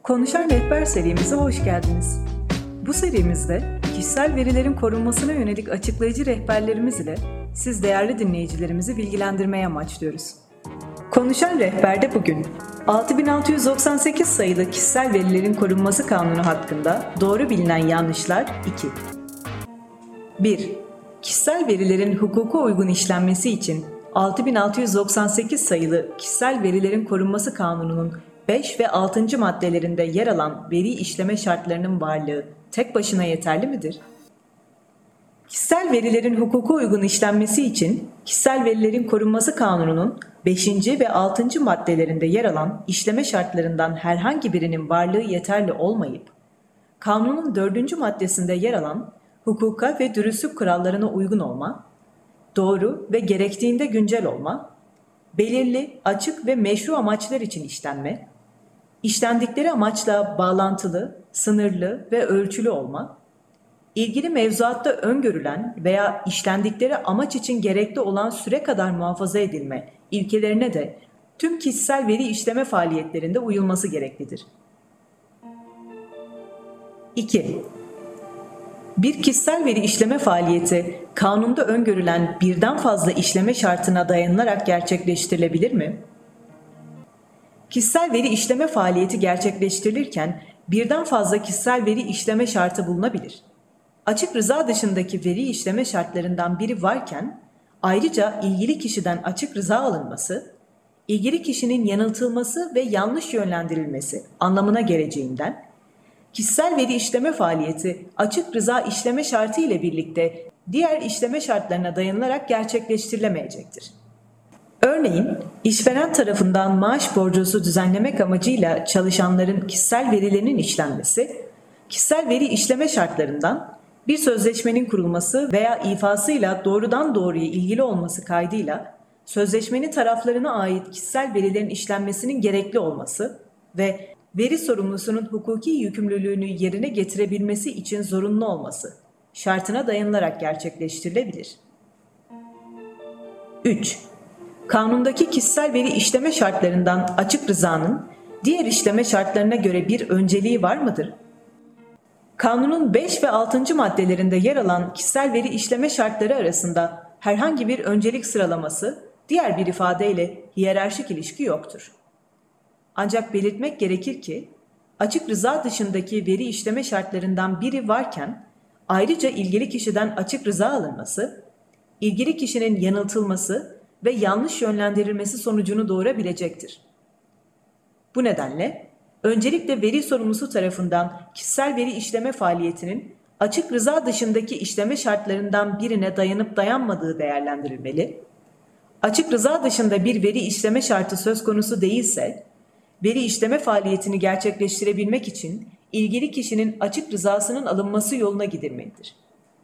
Konuşan Rehber serimize hoş geldiniz. Bu serimizde kişisel verilerin korunmasına yönelik açıklayıcı rehberlerimiz ile siz değerli dinleyicilerimizi bilgilendirmeye amaçlıyoruz. Konuşan Rehber'de bugün 6698 sayılı Kişisel Verilerin Korunması Kanunu hakkında doğru bilinen yanlışlar 2. 1. Kişisel verilerin hukuka uygun işlenmesi için 6698 sayılı Kişisel Verilerin Korunması Kanunu'nun 5 ve 6. maddelerinde yer alan veri işleme şartlarının varlığı tek başına yeterli midir? Kişisel verilerin hukuka uygun işlenmesi için Kişisel Verilerin Korunması Kanunu'nun 5. ve 6. maddelerinde yer alan işleme şartlarından herhangi birinin varlığı yeterli olmayıp, kanunun 4. maddesinde yer alan hukuka ve dürüstlük kurallarına uygun olma, doğru ve gerektiğinde güncel olma, belirli, açık ve meşru amaçlar için işlenme, işlendikleri amaçla bağlantılı, sınırlı ve ölçülü olma, ilgili mevzuatta öngörülen veya işlendikleri amaç için gerekli olan süre kadar muhafaza edilme ilkelerine de tüm kişisel veri işleme faaliyetlerinde uyulması gereklidir. 2. Bir kişisel veri işleme faaliyeti, kanunda öngörülen birden fazla işleme şartına dayanılarak gerçekleştirilebilir mi? Kişisel veri işleme faaliyeti gerçekleştirilirken birden fazla kişisel veri işleme şartı bulunabilir. Açık rıza dışındaki veri işleme şartlarından biri varken, ayrıca ilgili kişiden açık rıza alınması, ilgili kişinin yanıltılması ve yanlış yönlendirilmesi anlamına geleceğinden, kişisel veri işleme faaliyeti açık rıza işleme şartı ile birlikte diğer işleme şartlarına dayanılarak gerçekleştirilemeyecektir. Örneğin, işveren tarafından maaş borcusu düzenlemek amacıyla çalışanların kişisel verilerinin işlenmesi, kişisel veri işleme şartlarından bir sözleşmenin kurulması veya ifasıyla doğrudan doğruya ilgili olması kaydıyla sözleşmenin taraflarına ait kişisel verilerin işlenmesinin gerekli olması ve veri sorumlusunun hukuki yükümlülüğünü yerine getirebilmesi için zorunlu olması şartına dayanılarak gerçekleştirilebilir. 3. Kanundaki kişisel veri işleme şartlarından açık rızanın diğer işleme şartlarına göre bir önceliği var mıdır? Kanunun 5 ve 6. maddelerinde yer alan kişisel veri işleme şartları arasında herhangi bir öncelik sıralaması, diğer bir ifadeyle hiyerarşik ilişki yoktur. Ancak belirtmek gerekir ki, açık rıza dışındaki veri işleme şartlarından biri varken, ayrıca ilgili kişiden açık rıza alınması, ilgili kişinin yanıltılması ve yanlış yönlendirilmesi sonucunu doğurabilecektir. Bu nedenle, öncelikle veri sorumlusu tarafından kişisel veri işleme faaliyetinin açık rıza dışındaki işleme şartlarından birine dayanıp dayanmadığı değerlendirilmeli, açık rıza dışında bir veri işleme şartı söz konusu değilse, veri işleme faaliyetini gerçekleştirebilmek için ilgili kişinin açık rızasının alınması yoluna gidilmelidir.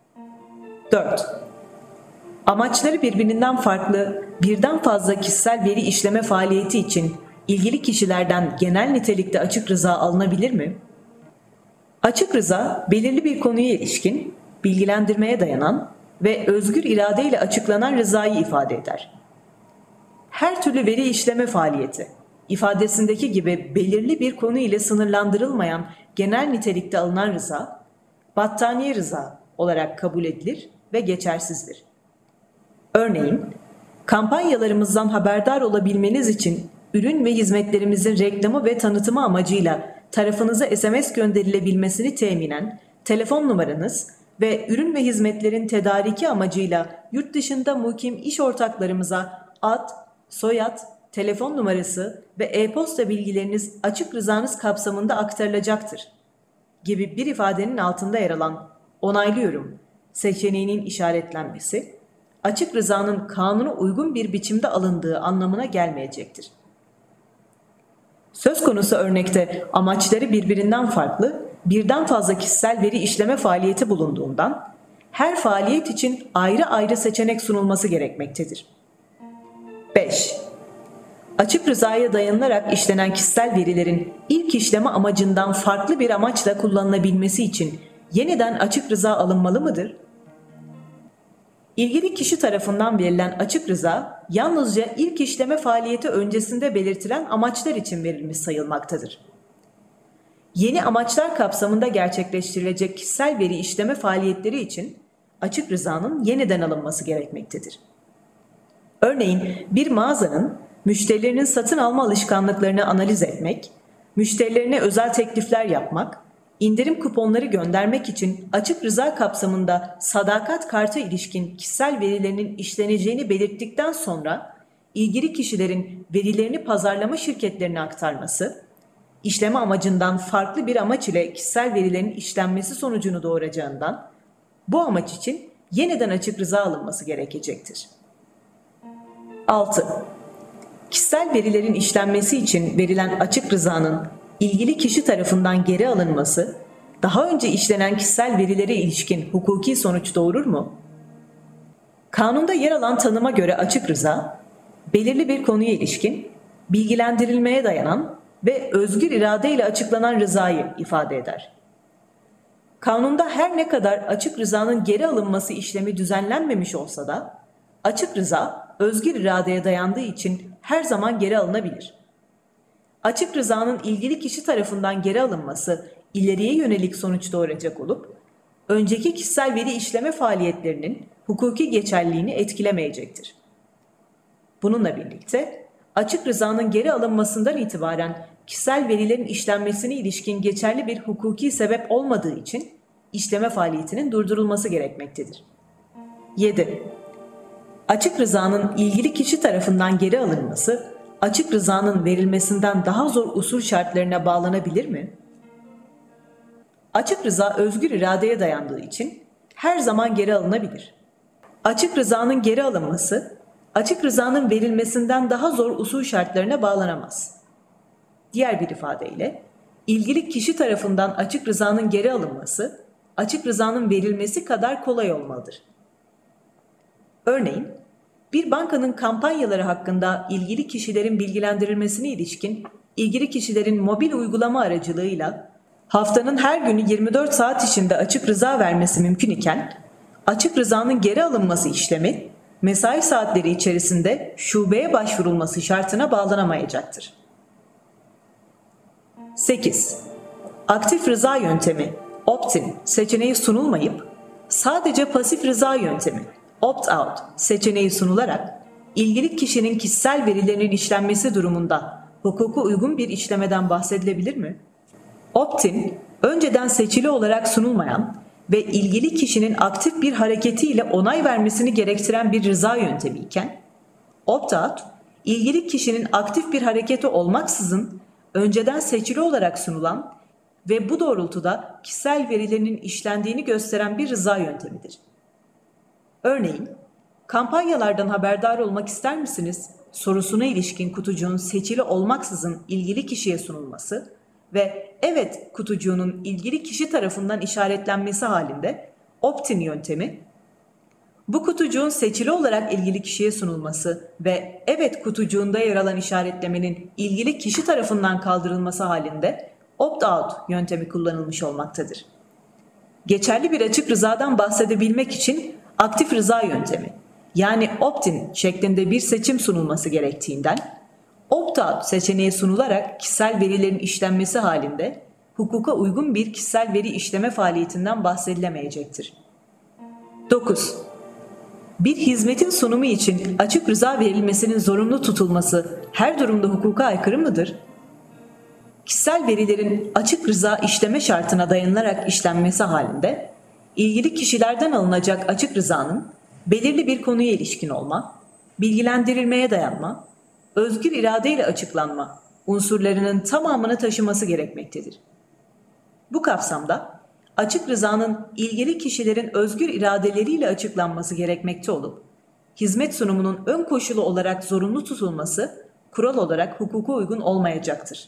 4. Amaçları birbirinden farklı, birden fazla kişisel veri işleme faaliyeti için ilgili kişilerden genel nitelikte açık rıza alınabilir mi? Açık rıza, belirli bir konuya ilişkin, bilgilendirmeye dayanan ve özgür iradeyle açıklanan rızayı ifade eder. Her türlü veri işleme faaliyeti, ifadesindeki gibi belirli bir konu ile sınırlandırılmayan genel nitelikte alınan rıza, battaniye rıza olarak kabul edilir ve geçersizdir. Örneğin, kampanyalarımızdan haberdar olabilmeniz için ürün ve hizmetlerimizin reklamı ve tanıtımı amacıyla tarafınıza SMS gönderilebilmesini teminen telefon numaranız ve ürün ve hizmetlerin tedariki amacıyla yurt dışında mukim iş ortaklarımıza ad, soyad, telefon numarası ve e-posta bilgileriniz açık rızanız kapsamında aktarılacaktır gibi bir ifadenin altında yer alan onaylıyorum seçeneğinin işaretlenmesi, açık rızanın kanuna uygun bir biçimde alındığı anlamına gelmeyecektir. Söz konusu örnekte amaçları birbirinden farklı, birden fazla kişisel veri işleme faaliyeti bulunduğundan, her faaliyet için ayrı ayrı seçenek sunulması gerekmektedir. 5. Açık rızaya dayanılarak işlenen kişisel verilerin ilk işleme amacından farklı bir amaçla kullanılabilmesi için yeniden açık rıza alınmalı mıdır? İlgili kişi tarafından verilen açık rıza yalnızca ilk işleme faaliyeti öncesinde belirtilen amaçlar için verilmiş sayılmaktadır. Yeni amaçlar kapsamında gerçekleştirilecek kişisel veri işleme faaliyetleri için açık rızanın yeniden alınması gerekmektedir. Örneğin bir mağazanın müşterilerinin satın alma alışkanlıklarını analiz etmek, müşterilerine özel teklifler yapmak, indirim kuponları göndermek için açık rıza kapsamında sadakat kartı ilişkin kişisel verilerinin işleneceğini belirttikten sonra ilgili kişilerin verilerini pazarlama şirketlerine aktarması, işleme amacından farklı bir amaç ile kişisel verilerin işlenmesi sonucunu doğuracağından bu amaç için yeniden açık rıza alınması gerekecektir. 6. Kişisel verilerin işlenmesi için verilen açık rızanın ilgili kişi tarafından geri alınması, daha önce işlenen kişisel verilere ilişkin hukuki sonuç doğurur mu? Kanunda yer alan tanıma göre açık rıza, belirli bir konuya ilişkin, bilgilendirilmeye dayanan ve özgür irade ile açıklanan rızayı ifade eder. Kanunda her ne kadar açık rızanın geri alınması işlemi düzenlenmemiş olsa da, açık rıza özgür iradeye dayandığı için her zaman geri alınabilir. Açık rızanın ilgili kişi tarafından geri alınması ileriye yönelik sonuç doğuracak olup, önceki kişisel veri işleme faaliyetlerinin hukuki geçerliliğini etkilemeyecektir. Bununla birlikte açık rızanın geri alınmasından itibaren kişisel verilerin işlenmesine ilişkin geçerli bir hukuki sebep olmadığı için işleme faaliyetinin durdurulması gerekmektedir. 7. Açık rızanın ilgili kişi tarafından geri alınması, açık rızanın verilmesinden daha zor usul şartlarına bağlanabilir mi? Açık rıza özgür iradeye dayandığı için her zaman geri alınabilir. Açık rızanın geri alınması, açık rızanın verilmesinden daha zor usul şartlarına bağlanamaz. Diğer bir ifadeyle, ilgili kişi tarafından açık rızanın geri alınması, açık rızanın verilmesi kadar kolay olmalıdır. Örneğin, bir bankanın kampanyaları hakkında ilgili kişilerin bilgilendirilmesine ilişkin ilgili kişilerin mobil uygulama aracılığıyla haftanın her günü 24 saat içinde açık rıza vermesi mümkün iken, açık rızanın geri alınması işlemi mesai saatleri içerisinde şubeye başvurulması şartına bağlanamayacaktır. 8. Aktif rıza yöntemi opt-in seçeneği sunulmayıp sadece pasif rıza yöntemi opt-out seçeneği sunularak ilgili kişinin kişisel verilerinin işlenmesi durumunda hukuka uygun bir işlemeden bahsedilebilir mi? Opt-in, önceden seçili olarak sunulmayan ve ilgili kişinin aktif bir hareketiyle onay vermesini gerektiren bir rıza yöntemi iken, opt-out, ilgili kişinin aktif bir hareketi olmaksızın önceden seçili olarak sunulan ve bu doğrultuda kişisel verilerinin işlendiğini gösteren bir rıza yöntemidir. Örneğin, kampanyalardan haberdar olmak ister misiniz sorusuna ilişkin kutucuğun seçili olmaksızın ilgili kişiye sunulması ve evet kutucuğunun ilgili kişi tarafından işaretlenmesi halinde opt-in yöntemi, bu kutucuğun seçili olarak ilgili kişiye sunulması ve evet kutucuğunda yer alan işaretlemenin ilgili kişi tarafından kaldırılması halinde opt-out yöntemi kullanılmış olmaktadır. Geçerli bir açık rızadan bahsedebilmek için aktif rıza yöntemi yani opt-in şeklinde bir seçim sunulması gerektiğinden opt-out seçeneği sunularak kişisel verilerin işlenmesi halinde hukuka uygun bir kişisel veri işleme faaliyetinden bahsedilemeyecektir. 9. Bir hizmetin sunumu için açık rıza verilmesinin zorunlu tutulması her durumda hukuka aykırı mıdır? Kişisel verilerin açık rıza işleme şartına dayanılarak işlenmesi halinde ilgili kişilerden alınacak açık rızanın belirli bir konuya ilişkin olma, bilgilendirilmeye dayanma, özgür iradeyle açıklanma unsurlarının tamamını taşıması gerekmektedir. Bu kapsamda açık rızanın ilgili kişilerin özgür iradeleriyle açıklanması gerekmekte olup, hizmet sunumunun ön koşulu olarak zorunlu tutulması kural olarak hukuka uygun olmayacaktır.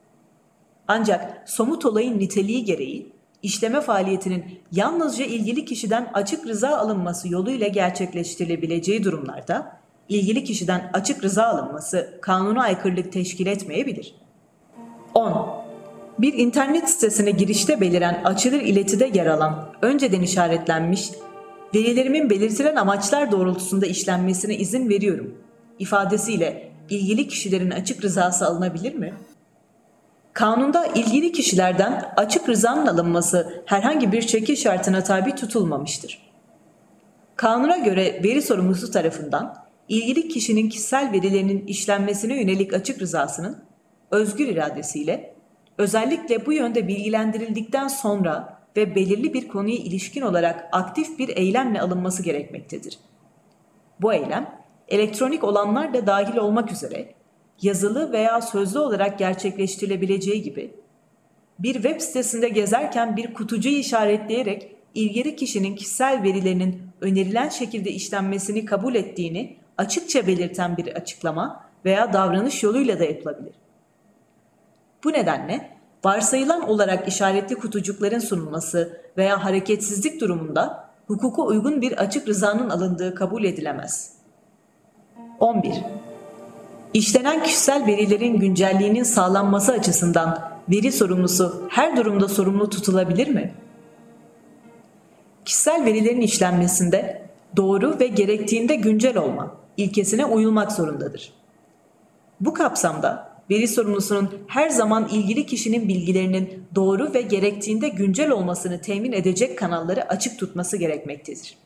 Ancak somut olayın niteliği gereği işleme faaliyetinin yalnızca ilgili kişiden açık rıza alınması yoluyla gerçekleştirilebileceği durumlarda ilgili kişiden açık rıza alınması kanuna aykırılık teşkil etmeyebilir. 10. Bir internet sitesine girişte beliren açılır iletide yer alan, önceden işaretlenmiş, verilerimin belirtilen amaçlar doğrultusunda işlenmesine izin veriyorum ifadesiyle ilgili kişilerin açık rızası alınabilir mi? Kanunda ilgili kişilerden açık rızanın alınması herhangi bir şekil şartına tabi tutulmamıştır. Kanuna göre veri sorumlusu tarafından ilgili kişinin kişisel verilerinin işlenmesine yönelik açık rızasının özgür iradesiyle özellikle bu yönde bilgilendirildikten sonra ve belirli bir konuya ilişkin olarak aktif bir eylemle alınması gerekmektedir. Bu eylem elektronik olanlar da dahil olmak üzere yazılı veya sözlü olarak gerçekleştirilebileceği gibi bir web sitesinde gezerken bir kutucuğu işaretleyerek ilgili kişinin kişisel verilerinin önerilen şekilde işlenmesini kabul ettiğini açıkça belirten bir açıklama veya davranış yoluyla da yapılabilir. Bu nedenle varsayılan olarak işaretli kutucukların sunulması veya hareketsizlik durumunda hukuka uygun bir açık rızanın alındığı kabul edilemez. 11. İşlenen kişisel verilerin güncelliğinin sağlanması açısından veri sorumlusu her durumda sorumlu tutulabilir mi? Kişisel verilerin işlenmesinde doğru ve gerektiğinde güncel olma ilkesine uyulmak zorundadır. Bu kapsamda veri sorumlusunun her zaman ilgili kişinin bilgilerinin doğru ve gerektiğinde güncel olmasını temin edecek kanalları açık tutması gerekmektedir.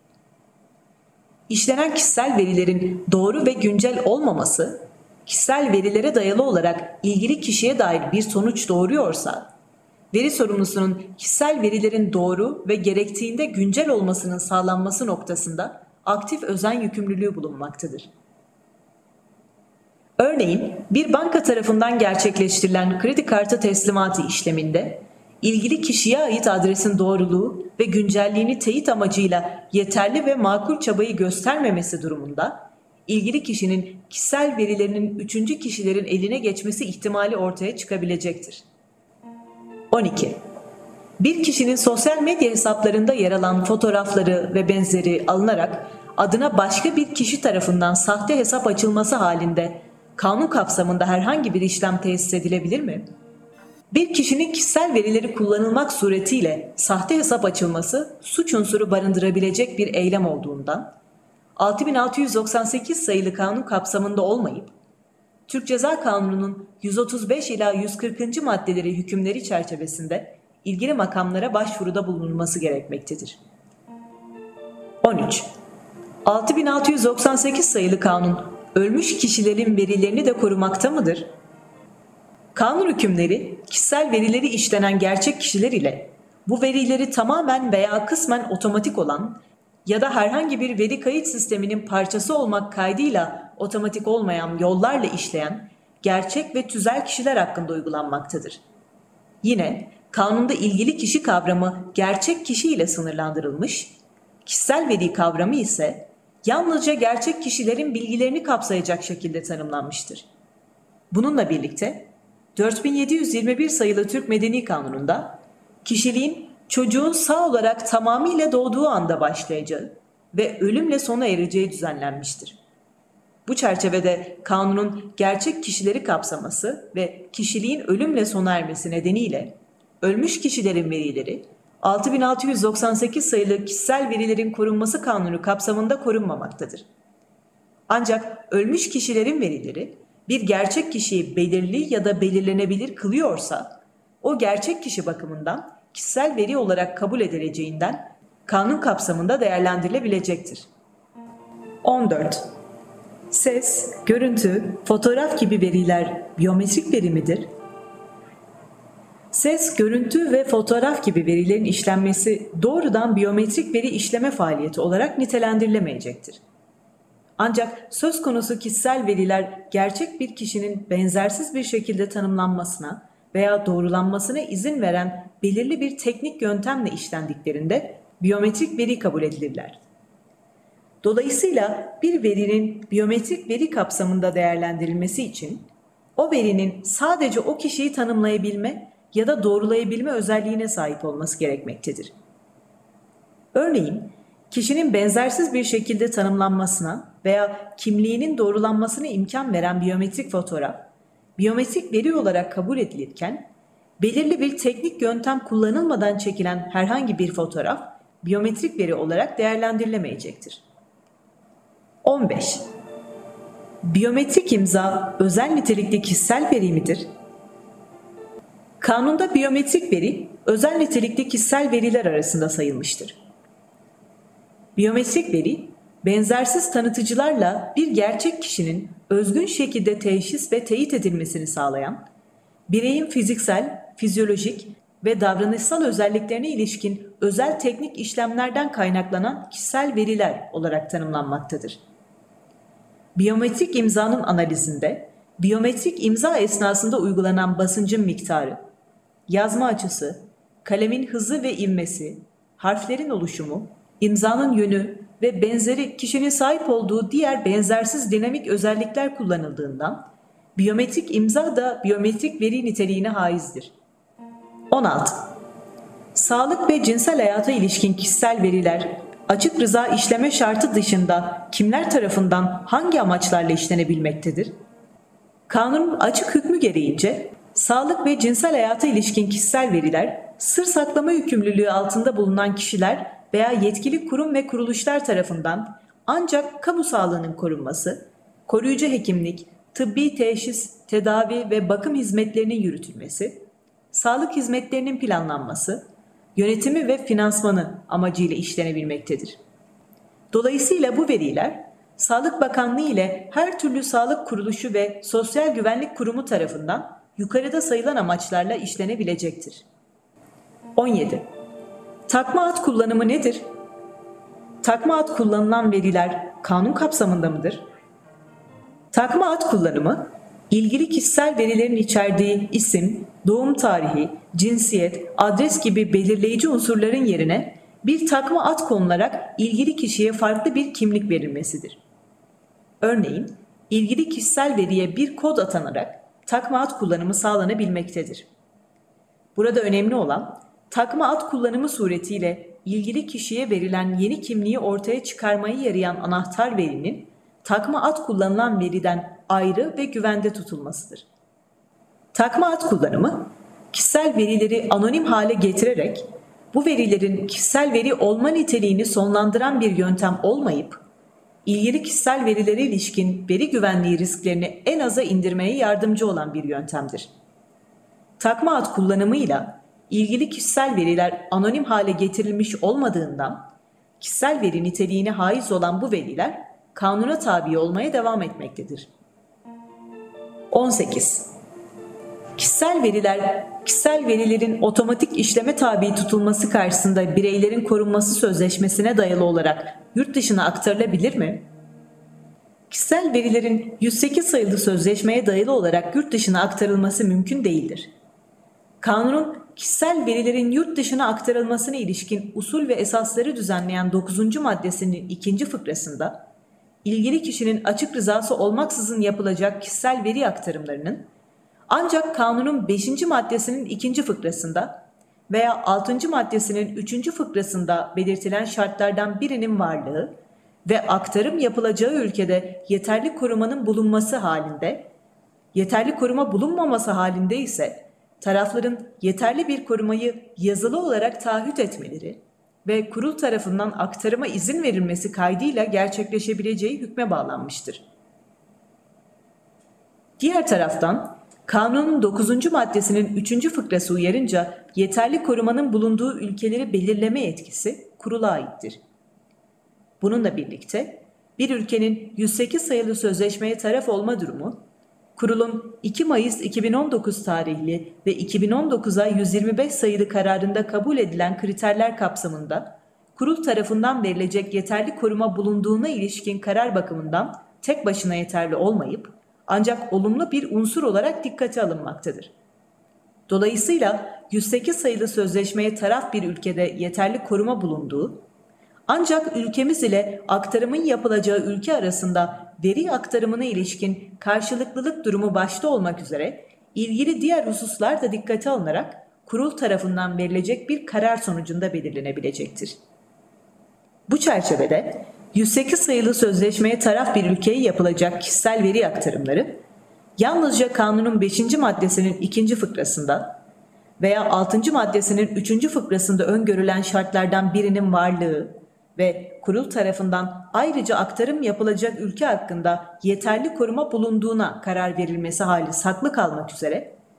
İşlenen kişisel verilerin doğru ve güncel olmaması, kişisel verilere dayalı olarak ilgili kişiye dair bir sonuç doğuruyorsa, veri sorumlusunun kişisel verilerin doğru ve gerektiğinde güncel olmasının sağlanması noktasında aktif özen yükümlülüğü bulunmaktadır. Örneğin bir banka tarafından gerçekleştirilen kredi kartı teslimatı işleminde ilgili kişiye ait adresin doğruluğu ve güncelliğini teyit amacıyla yeterli ve makul çabayı göstermemesi durumunda ilgili kişinin kişisel verilerinin üçüncü kişilerin eline geçmesi ihtimali ortaya çıkabilecektir. 12. Bir kişinin sosyal medya hesaplarında yer alan fotoğrafları ve benzeri alınarak adına başka bir kişi tarafından sahte hesap açılması halinde kanun kapsamında herhangi bir işlem tesis edilebilir mi? Bir kişinin kişisel verileri kullanılmak suretiyle sahte hesap açılması suç unsuru barındırabilecek bir eylem olduğundan 6698 sayılı kanun kapsamında olmayıp Türk Ceza Kanunu'nun 135 ila 140. maddeleri hükümleri çerçevesinde ilgili makamlara başvuruda bulunulması gerekmektedir. 13. 6698 sayılı kanun ölmüş kişilerin verilerini de korumakta mıdır? Kanun hükümleri kişisel verileri işlenen gerçek kişiler ile bu verileri tamamen veya kısmen otomatik olan ya da herhangi bir veri kayıt sisteminin parçası olmak kaydıyla otomatik olmayan yollarla işleyen gerçek ve tüzel kişiler hakkında uygulanmaktadır. Yine kanunda ilgili kişi kavramı gerçek kişi ile sınırlandırılmış, kişisel veri kavramı ise yalnızca gerçek kişilerin bilgilerini kapsayacak şekilde tanımlanmıştır. Bununla birlikte 4721 sayılı Türk Medeni Kanunu'nda kişiliğin çocuğun sağ olarak tamamıyla doğduğu anda başlayacağı ve ölümle sona ereceği düzenlenmiştir. Bu çerçevede kanunun gerçek kişileri kapsaması ve kişiliğin ölümle sona ermesi nedeniyle ölmüş kişilerin verileri 6698 sayılı kişisel verilerin korunması kanunu kapsamında korunmamaktadır. Ancak ölmüş kişilerin verileri bir gerçek kişiyi belirli ya da belirlenebilir kılıyorsa o gerçek kişi bakımından kişisel veri olarak kabul edileceğinden kanun kapsamında değerlendirilebilecektir. 14. Ses, görüntü, fotoğraf gibi veriler biyometrik veri midir? Ses, görüntü ve fotoğraf gibi verilerin işlenmesi doğrudan biyometrik veri işleme faaliyeti olarak nitelendirilemeyecektir. Ancak söz konusu kişisel veriler gerçek bir kişinin benzersiz bir şekilde tanımlanmasına veya doğrulanmasına izin veren belirli bir teknik yöntemle işlendiklerinde biyometrik veri kabul edilirler. Dolayısıyla bir verinin biyometrik veri kapsamında değerlendirilmesi için o verinin sadece o kişiyi tanımlayabilme ya da doğrulayabilme özelliğine sahip olması gerekmektedir. Örneğin, kişinin benzersiz bir şekilde tanımlanmasına veya kimliğinin doğrulanmasına imkan veren biyometrik fotoğraf, biyometrik veri olarak kabul edilirken, belirli bir teknik yöntem kullanılmadan çekilen herhangi bir fotoğraf, biyometrik veri olarak değerlendirilemeyecektir. 15. Biyometrik imza özel nitelikli kişisel veri midir? Kanunda biyometrik veri, özel nitelikli kişisel veriler arasında sayılmıştır. Biyometrik veri, benzersiz tanıtıcılarla bir gerçek kişinin özgün şekilde teşhis ve teyit edilmesini sağlayan, bireyin fiziksel, fizyolojik ve davranışsal özelliklerine ilişkin özel teknik işlemlerden kaynaklanan kişisel veriler olarak tanımlanmaktadır. Biyometrik imzanın analizinde, biyometrik imza esnasında uygulanan basıncın miktarı, yazma açısı, kalemin hızı ve ivmesi, harflerin oluşumu, imzanın yönü ve benzeri kişinin sahip olduğu diğer benzersiz dinamik özellikler kullanıldığından, biyometrik imza da biyometrik veri niteliğine haizdir. 16. Sağlık ve cinsel hayata ilişkin kişisel veriler, açık rıza işleme şartı dışında kimler tarafından hangi amaçlarla işlenebilmektedir? Kanunun açık hükmü gereğince, sağlık ve cinsel hayata ilişkin kişisel veriler, sır saklama yükümlülüğü altında bulunan kişiler veya yetkili kurum ve kuruluşlar tarafından ancak kamu sağlığının korunması, koruyucu hekimlik, tıbbi teşhis, tedavi ve bakım hizmetlerinin yürütülmesi, sağlık hizmetlerinin planlanması, yönetimi ve finansmanı amacıyla işlenebilmektedir. Dolayısıyla bu veriler, Sağlık Bakanlığı ile her türlü sağlık kuruluşu ve sosyal güvenlik kurumu tarafından yukarıda sayılan amaçlarla işlenebilecektir. 17. Takma ad kullanımı nedir? Takma ad kullanılan veriler kanun kapsamında mıdır? Takma ad kullanımı, ilgili kişisel verilerin içerdiği isim, doğum tarihi, cinsiyet, adres gibi belirleyici unsurların yerine bir takma ad konularak ilgili kişiye farklı bir kimlik verilmesidir. Örneğin, ilgili kişisel veriye bir kod atanarak takma ad kullanımı sağlanabilmektedir. Burada önemli olan, takma ad kullanımı suretiyle ilgili kişiye verilen yeni kimliği ortaya çıkarmayı yarayan anahtar verinin takma ad kullanılan veriden ayrı ve güvende tutulmasıdır. Takma ad kullanımı, kişisel verileri anonim hale getirerek bu verilerin kişisel veri olma niteliğini sonlandıran bir yöntem olmayıp, ilgili kişisel verilere ilişkin veri güvenliği risklerini en aza indirmeye yardımcı olan bir yöntemdir. Takma ad kullanımıyla ilgili kişisel veriler anonim hale getirilmiş olmadığından, kişisel veri niteliğine haiz olan bu veriler kanuna tabi olmaya devam etmektedir. 18. Kişisel veriler, kişisel verilerin otomatik işleme tabi tutulması karşısında bireylerin korunması sözleşmesine dayalı olarak yurt dışına aktarılabilir mi? Kişisel verilerin 108 sayılı sözleşmeye dayalı olarak yurt dışına aktarılması mümkün değildir. Kanunun kişisel verilerin yurt dışına aktarılmasına ilişkin usul ve esasları düzenleyen 9. maddesinin 2. fıkrasında, ilgili kişinin açık rızası olmaksızın yapılacak kişisel veri aktarımlarının ancak kanunun 5. maddesinin 2. fıkrasında veya 6. maddesinin 3. fıkrasında belirtilen şartlardan birinin varlığı ve aktarım yapılacağı ülkede yeterli korumanın bulunması halinde, yeterli koruma bulunmaması halinde ise tarafların yeterli bir korumayı yazılı olarak taahhüt etmeleri ve kurul tarafından aktarıma izin verilmesi kaydıyla gerçekleşebileceği hükme bağlanmıştır. Diğer taraftan, kanunun 9. maddesinin 3. fıkrası uyarınca yeterli korumanın bulunduğu ülkeleri belirleme yetkisi kurula aittir. Bununla birlikte bir ülkenin 108 sayılı sözleşmeye taraf olma durumu, kurulun 2 Mayıs 2019 tarihli ve 2019'a 125 sayılı kararında kabul edilen kriterler kapsamında kurul tarafından verilecek yeterli koruma bulunduğuna ilişkin karar bakımından tek başına yeterli olmayıp ancak olumlu bir unsur olarak dikkate alınmaktadır. Dolayısıyla 108 sayılı sözleşmeye taraf bir ülkede yeterli koruma bulunduğu, ancak ülkemiz ile aktarımın yapılacağı ülke arasında veri aktarımına ilişkin karşılıklılık durumu başta olmak üzere ilgili diğer hususlar da dikkate alınarak kurul tarafından verilecek bir karar sonucunda belirlenebilecektir. Bu çerçevede 108 sayılı sözleşmeye taraf bir ülkeye yapılacak kişisel veri aktarımları, yalnızca kanunun 5. maddesinin 2. fıkrasında veya 6. maddesinin 3. fıkrasında öngörülen şartlardan birinin varlığı ve kurul tarafından ayrıca aktarım yapılacak ülke hakkında yeterli koruma bulunduğuna karar verilmesi hali saklı kalmak üzere,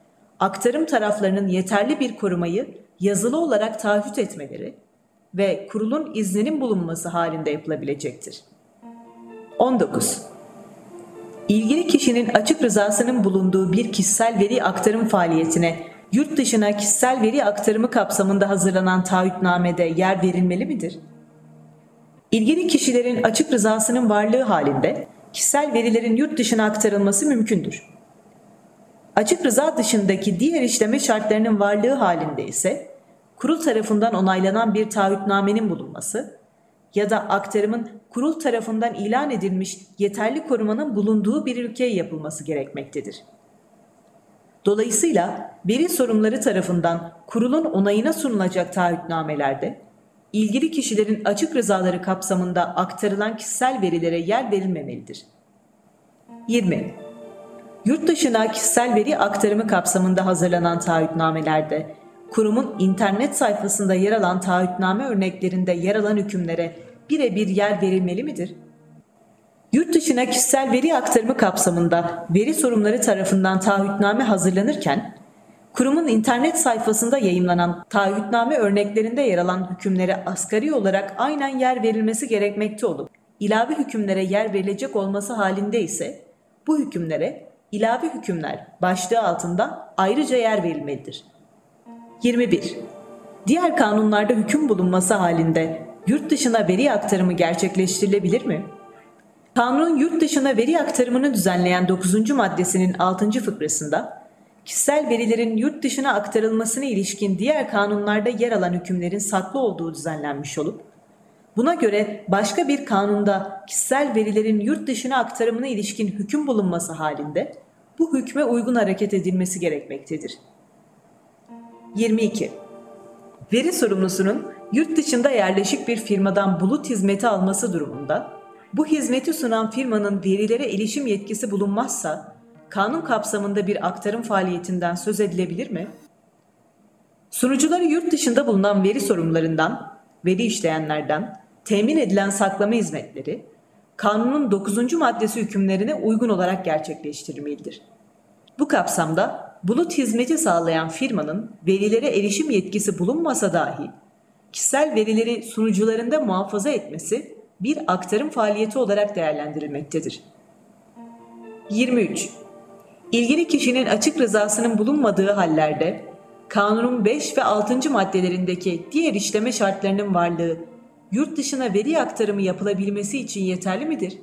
aktarım taraflarının yeterli bir korumayı yazılı olarak taahhüt etmeleri ve kurulun izninin bulunması halinde yapılabilecektir. 19. İlgili kişinin açık rızasının bulunduğu bir kişisel veri aktarım faaliyetine yurt dışına kişisel veri aktarımı kapsamında hazırlanan taahhütnamede yer verilmeli midir? İlgili kişilerin açık rızasının varlığı halinde kişisel verilerin yurt dışına aktarılması mümkündür. Açık rıza dışındaki diğer işleme şartlarının varlığı halinde ise kurul tarafından onaylanan bir taahhütnamenin bulunması ya da aktarımın kurul tarafından ilan edilmiş yeterli korumanın bulunduğu bir ülkeye yapılması gerekmektedir. Dolayısıyla veri sorumluları tarafından kurulun onayına sunulacak taahhütnamelerde ilgili kişilerin açık rızaları kapsamında aktarılan kişisel verilere yer verilmemelidir. 20. Yurt dışına kişisel veri aktarımı kapsamında hazırlanan taahhütnamelerde kurumun internet sayfasında yer alan taahhütname örneklerinde yer alan hükümlere birebir yer verilmeli midir? Yurt dışına kişisel veri aktarımı kapsamında veri sorumluları tarafından taahhütname hazırlanırken, kurumun internet sayfasında yayımlanan taahhütname örneklerinde yer alan hükümlere asgari olarak aynen yer verilmesi gerekmekte olup, ilave hükümlere yer verilecek olması halinde ise bu hükümlere ilave hükümler başlığı altında ayrıca yer verilmelidir. 21. Diğer kanunlarda hüküm bulunması halinde yurt dışına veri aktarımı gerçekleştirilebilir mi? Kanunun yurt dışına veri aktarımını düzenleyen 9. maddesinin 6. fıkrasında, kişisel verilerin yurt dışına aktarılmasına ilişkin diğer kanunlarda yer alan hükümlerin saklı olduğu düzenlenmiş olup, buna göre başka bir kanunda kişisel verilerin yurt dışına aktarımına ilişkin hüküm bulunması halinde bu hükme uygun hareket edilmesi gerekmektedir. 22. Veri sorumlusunun yurt dışında yerleşik bir firmadan bulut hizmeti alması durumunda, bu hizmeti sunan firmanın verilere erişim yetkisi bulunmazsa, kanun kapsamında bir aktarım faaliyetinden söz edilebilir mi? Sunucuları yurt dışında bulunan veri sorumlularından, veri işleyenlerden temin edilen saklama hizmetleri, kanunun 9. maddesi hükümlerine uygun olarak gerçekleştirilmelidir. Bu kapsamda bulut hizmeti sağlayan firmanın verilere erişim yetkisi bulunmasa dahi, kişisel verileri sunucularında muhafaza etmesi bir aktarım faaliyeti olarak değerlendirilmektedir. 23. İlgili kişinin açık rızasının bulunmadığı hallerde, kanunun 5 ve 6. maddelerindeki diğer işleme şartlarının varlığı, yurt dışına veri aktarımı yapılabilmesi için yeterli midir?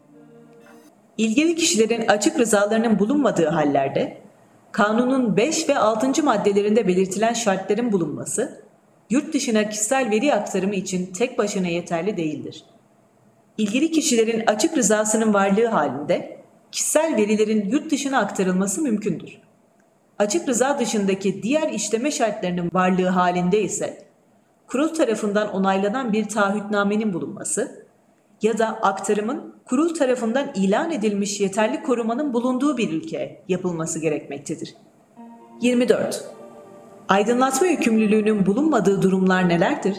İlgili kişilerin açık rızalarının bulunmadığı hallerde, kanunun 5 ve 6. maddelerinde belirtilen şartların bulunması, yurt dışına kişisel veri aktarımı için tek başına yeterli değildir. İlgili kişilerin açık rızasının varlığı halinde, kişisel verilerin yurt dışına aktarılması mümkündür. Açık rıza dışındaki diğer işleme şartlarının varlığı halinde ise, kurul tarafından onaylanan bir taahhütnamenin bulunması ya da aktarımın kurul tarafından ilan edilmiş yeterli korumanın bulunduğu bir ülkeye yapılması gerekmektedir. 24. Aydınlatma yükümlülüğünün bulunmadığı durumlar nelerdir?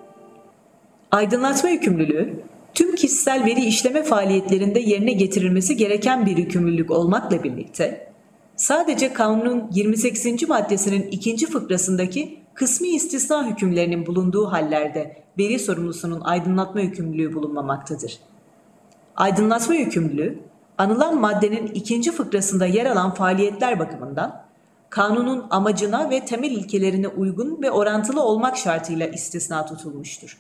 Aydınlatma yükümlülüğü, tüm kişisel veri işleme faaliyetlerinde yerine getirilmesi gereken bir yükümlülük olmakla birlikte, sadece kanunun 28. maddesinin 2. fıkrasındaki kısmi istisna hükümlerinin bulunduğu hallerde veri sorumlusunun aydınlatma yükümlülüğü bulunmamaktadır. Aydınlatma yükümlülüğü, anılan maddenin 2. fıkrasında yer alan faaliyetler bakımından, kanunun amacına ve temel ilkelerine uygun ve orantılı olmak şartıyla istisna tutulmuştur.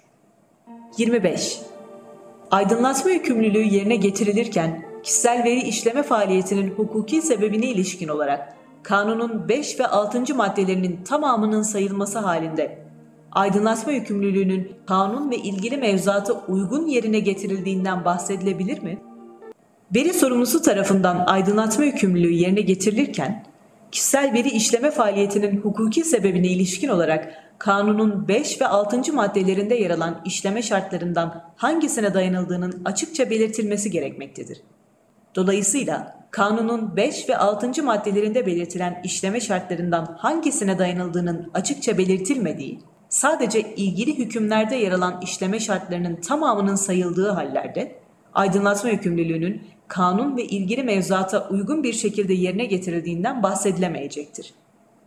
25. Aydınlatma yükümlülüğü yerine getirilirken, kişisel veri işleme faaliyetinin hukuki sebebine ilişkin olarak kanunun 5 ve 6. maddelerinin tamamının sayılması halinde aydınlatma yükümlülüğünün kanun ve ilgili mevzuata uygun yerine getirildiğinden bahsedilebilir mi? Veri sorumlusu tarafından aydınlatma yükümlülüğü yerine getirilirken, kişisel veri işleme faaliyetinin hukuki sebebine ilişkin olarak kanunun 5 ve 6. maddelerinde yer alan işleme şartlarından hangisine dayanıldığının açıkça belirtilmesi gerekmektedir. Dolayısıyla kanunun 5 ve 6. maddelerinde belirtilen işleme şartlarından hangisine dayanıldığının açıkça belirtilmediği, sadece ilgili hükümlerde yer alan işleme şartlarının tamamının sayıldığı hallerde, aydınlatma yükümlülüğünün kanun ve ilgili mevzuata uygun bir şekilde yerine getirildiğinden bahsedilemeyecektir.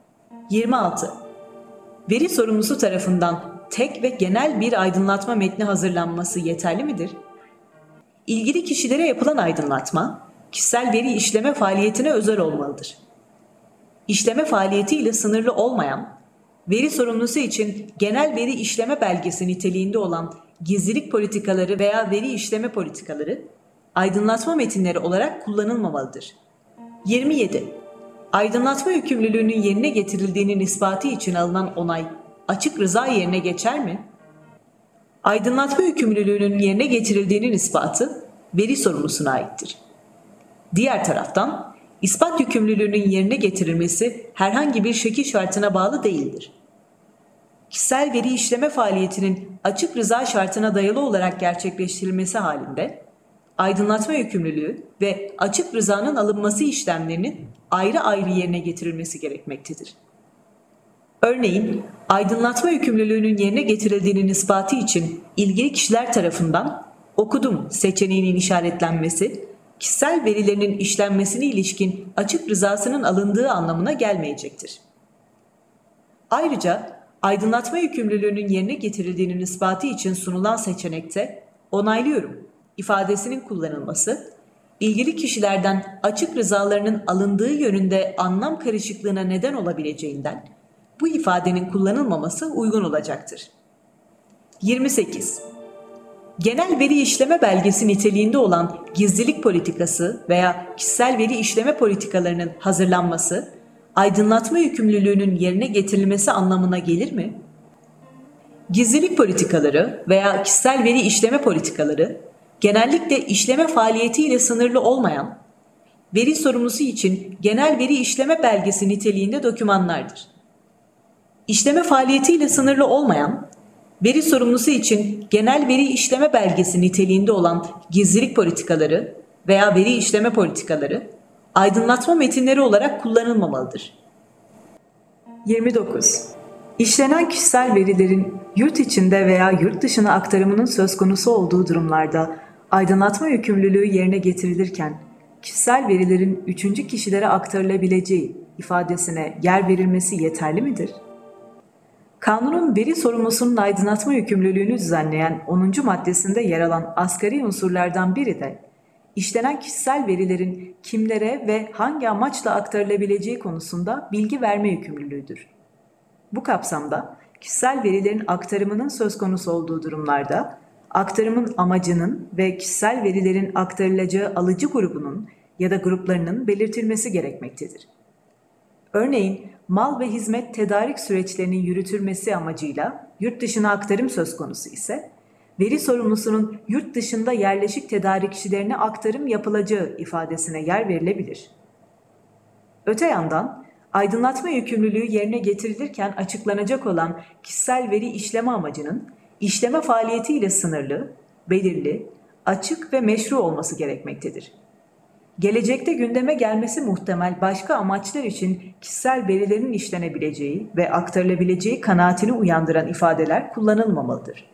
26. Veri sorumlusu tarafından tek ve genel bir aydınlatma metni hazırlanması yeterli midir? İlgili kişilere yapılan aydınlatma, kişisel veri işleme faaliyetine özel olmalıdır. İşleme faaliyetiyle sınırlı olmayan, veri sorumlusu için genel veri işleme belgesi niteliğinde olan gizlilik politikaları veya veri işleme politikaları, aydınlatma metinleri olarak kullanılmamalıdır. 27. Aydınlatma yükümlülüğünün yerine getirildiğinin ispatı için alınan onay, açık rıza yerine geçer mi? Aydınlatma yükümlülüğünün yerine getirildiğinin ispatı, veri sorumlusuna aittir. Diğer taraftan, ispat yükümlülüğünün yerine getirilmesi herhangi bir şekil şartına bağlı değildir. Kişisel veri işleme faaliyetinin açık rıza şartına dayalı olarak gerçekleştirilmesi halinde, aydınlatma yükümlülüğü ve açık rızanın alınması işlemlerinin ayrı ayrı yerine getirilmesi gerekmektedir. Örneğin, aydınlatma yükümlülüğünün yerine getirildiğinin ispatı için ilgili kişiler tarafından okudum seçeneğinin işaretlenmesi, kişisel verilerinin işlenmesine ilişkin açık rızasının alındığı anlamına gelmeyecektir. Ayrıca, aydınlatma yükümlülüğünün yerine getirildiğinin ispatı için sunulan seçenekte onaylıyorum ifadesinin kullanılması, ilgili kişilerden açık rızalarının alındığı yönünde anlam karışıklığına neden olabileceğinden bu ifadenin kullanılmaması uygun olacaktır. 28. Genel veri işleme belgesi niteliğinde olan gizlilik politikası veya kişisel veri işleme politikalarının hazırlanması, aydınlatma yükümlülüğünün yerine getirilmesi anlamına gelir mi? Gizlilik politikaları veya kişisel veri işleme politikaları, genellikle işleme faaliyetiyle sınırlı olmayan, veri sorumlusu için genel veri işleme belgesi niteliğinde dokümanlardır. İşleme faaliyetiyle sınırlı olmayan, veri sorumlusu için genel veri işleme belgesi niteliğinde olan gizlilik politikaları veya veri işleme politikaları, aydınlatma metinleri olarak kullanılmamalıdır. 29. İşlenen kişisel verilerin yurt içinde veya yurt dışına aktarımının söz konusu olduğu durumlarda aydınlatma yükümlülüğü yerine getirilirken kişisel verilerin üçüncü kişilere aktarılabileceği ifadesine yer verilmesi yeterli midir? Kanunun veri sorumlusunun aydınlatma yükümlülüğünü düzenleyen 10. maddesinde yer alan asgari unsurlardan biri de işlenen kişisel verilerin kimlere ve hangi amaçla aktarılabileceği konusunda bilgi verme yükümlülüğüdür. Bu kapsamda kişisel verilerin aktarımının söz konusu olduğu durumlarda aktarımın amacının ve kişisel verilerin aktarılacağı alıcı grubunun ya da gruplarının belirtilmesi gerekmektedir. Örneğin mal ve hizmet tedarik süreçlerinin yürütülmesi amacıyla yurt dışına aktarım söz konusu ise veri sorumlusunun yurt dışında yerleşik tedarikçilerine aktarım yapılacağı ifadesine yer verilebilir. Öte yandan, aydınlatma yükümlülüğü yerine getirilirken açıklanacak olan kişisel veri işleme amacının işleme faaliyetiyle sınırlı, belirli, açık ve meşru olması gerekmektedir. Gelecekte gündeme gelmesi muhtemel başka amaçlar için kişisel verilerin işlenebileceği ve aktarılabileceği kanaatini uyandıran ifadeler kullanılmamalıdır.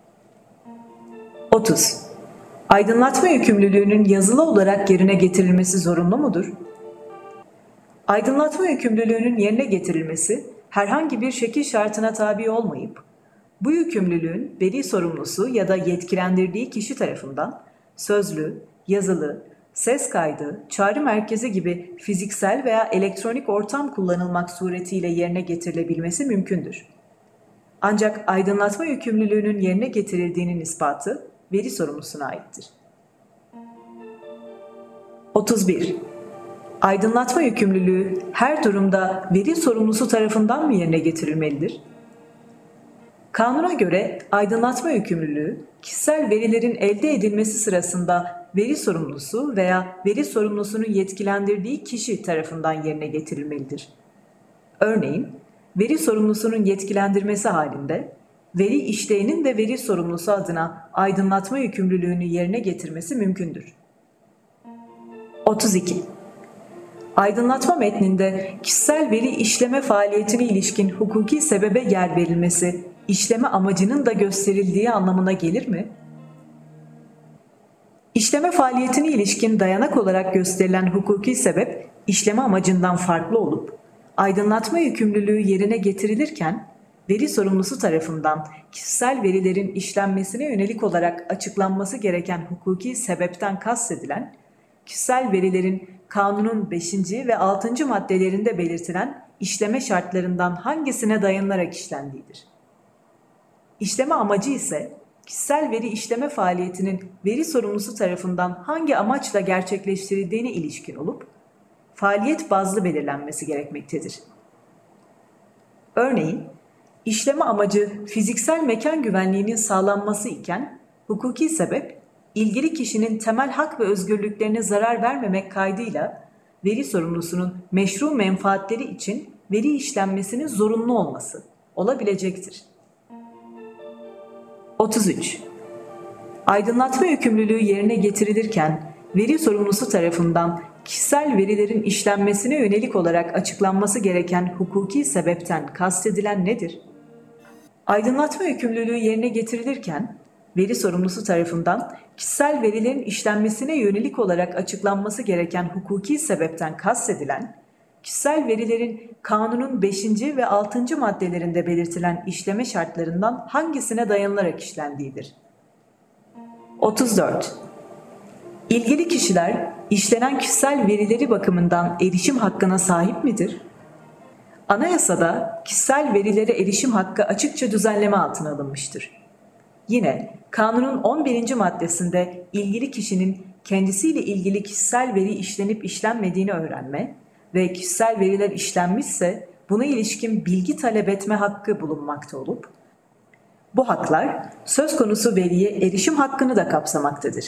30. Aydınlatma yükümlülüğünün yazılı olarak yerine getirilmesi zorunlu mudur? Aydınlatma yükümlülüğünün yerine getirilmesi herhangi bir şekil şartına tabi olmayıp, bu yükümlülüğün veri sorumlusu ya da yetkilendirdiği kişi tarafından sözlü, yazılı, ses kaydı, çağrı merkezi gibi fiziksel veya elektronik ortam kullanılmak suretiyle yerine getirilebilmesi mümkündür. Ancak aydınlatma yükümlülüğünün yerine getirildiğinin ispatı veri sorumlusuna aittir. 31. Aydınlatma yükümlülüğü her durumda veri sorumlusu tarafından mı yerine getirilmelidir? Kanuna göre aydınlatma yükümlülüğü, kişisel verilerin elde edilmesi sırasında veri sorumlusu veya veri sorumlusunun yetkilendirdiği kişi tarafından yerine getirilmelidir. Örneğin, veri sorumlusunun yetkilendirmesi halinde, veri işleyenin de veri sorumlusu adına aydınlatma yükümlülüğünü yerine getirmesi mümkündür. 32. Aydınlatma metninde kişisel veri işleme faaliyetine ilişkin hukuki sebebe yer verilmesi, işleme amacının da gösterildiği anlamına gelir mi? İşleme faaliyetine ilişkin dayanak olarak gösterilen hukuki sebep, işleme amacından farklı olup, Aydınlatma yükümlülüğü yerine getirilirken, veri sorumlusu tarafından kişisel verilerin işlenmesine yönelik olarak açıklanması gereken hukuki sebepten kastedilen, kişisel verilerin kanunun 5. ve 6. maddelerinde belirtilen işleme şartlarından hangisine dayanılarak işlendiğidir. İşleme amacı ise, kişisel veri işleme faaliyetinin veri sorumlusu tarafından hangi amaçla gerçekleştirildiğine ilişkin olup, faaliyet bazlı belirlenmesi gerekmektedir. Örneğin, işleme amacı fiziksel mekan güvenliğinin sağlanması iken, hukuki sebep, ilgili kişinin temel hak ve özgürlüklerine zarar vermemek kaydıyla veri sorumlusunun meşru menfaatleri için veri işlenmesinin zorunlu olması olabilecektir. 33. Aydınlatma yükümlülüğü yerine getirilirken veri sorumlusu tarafından kişisel verilerin işlenmesine yönelik olarak açıklanması gereken hukuki sebepten kastedilen nedir? Aydınlatma yükümlülüğü yerine getirilirken veri sorumlusu tarafından kişisel verilerin işlenmesine yönelik olarak açıklanması gereken hukuki sebepten kastedilen, kişisel verilerin kanunun 5. ve 6. maddelerinde belirtilen işleme şartlarından hangisine dayanılarak işlendiğidir. 34. İlgili kişiler işlenen kişisel verileri bakımından erişim hakkına sahip midir? Anayasada kişisel verilere erişim hakkı açıkça düzenleme altına alınmıştır. Yine kanunun 11. maddesinde ilgili kişinin kendisiyle ilgili kişisel veri işlenip işlenmediğini öğrenme ve kişisel veriler işlenmişse buna ilişkin bilgi talep etme hakkı bulunmakta olup, bu haklar söz konusu veriye erişim hakkını da kapsamaktadır.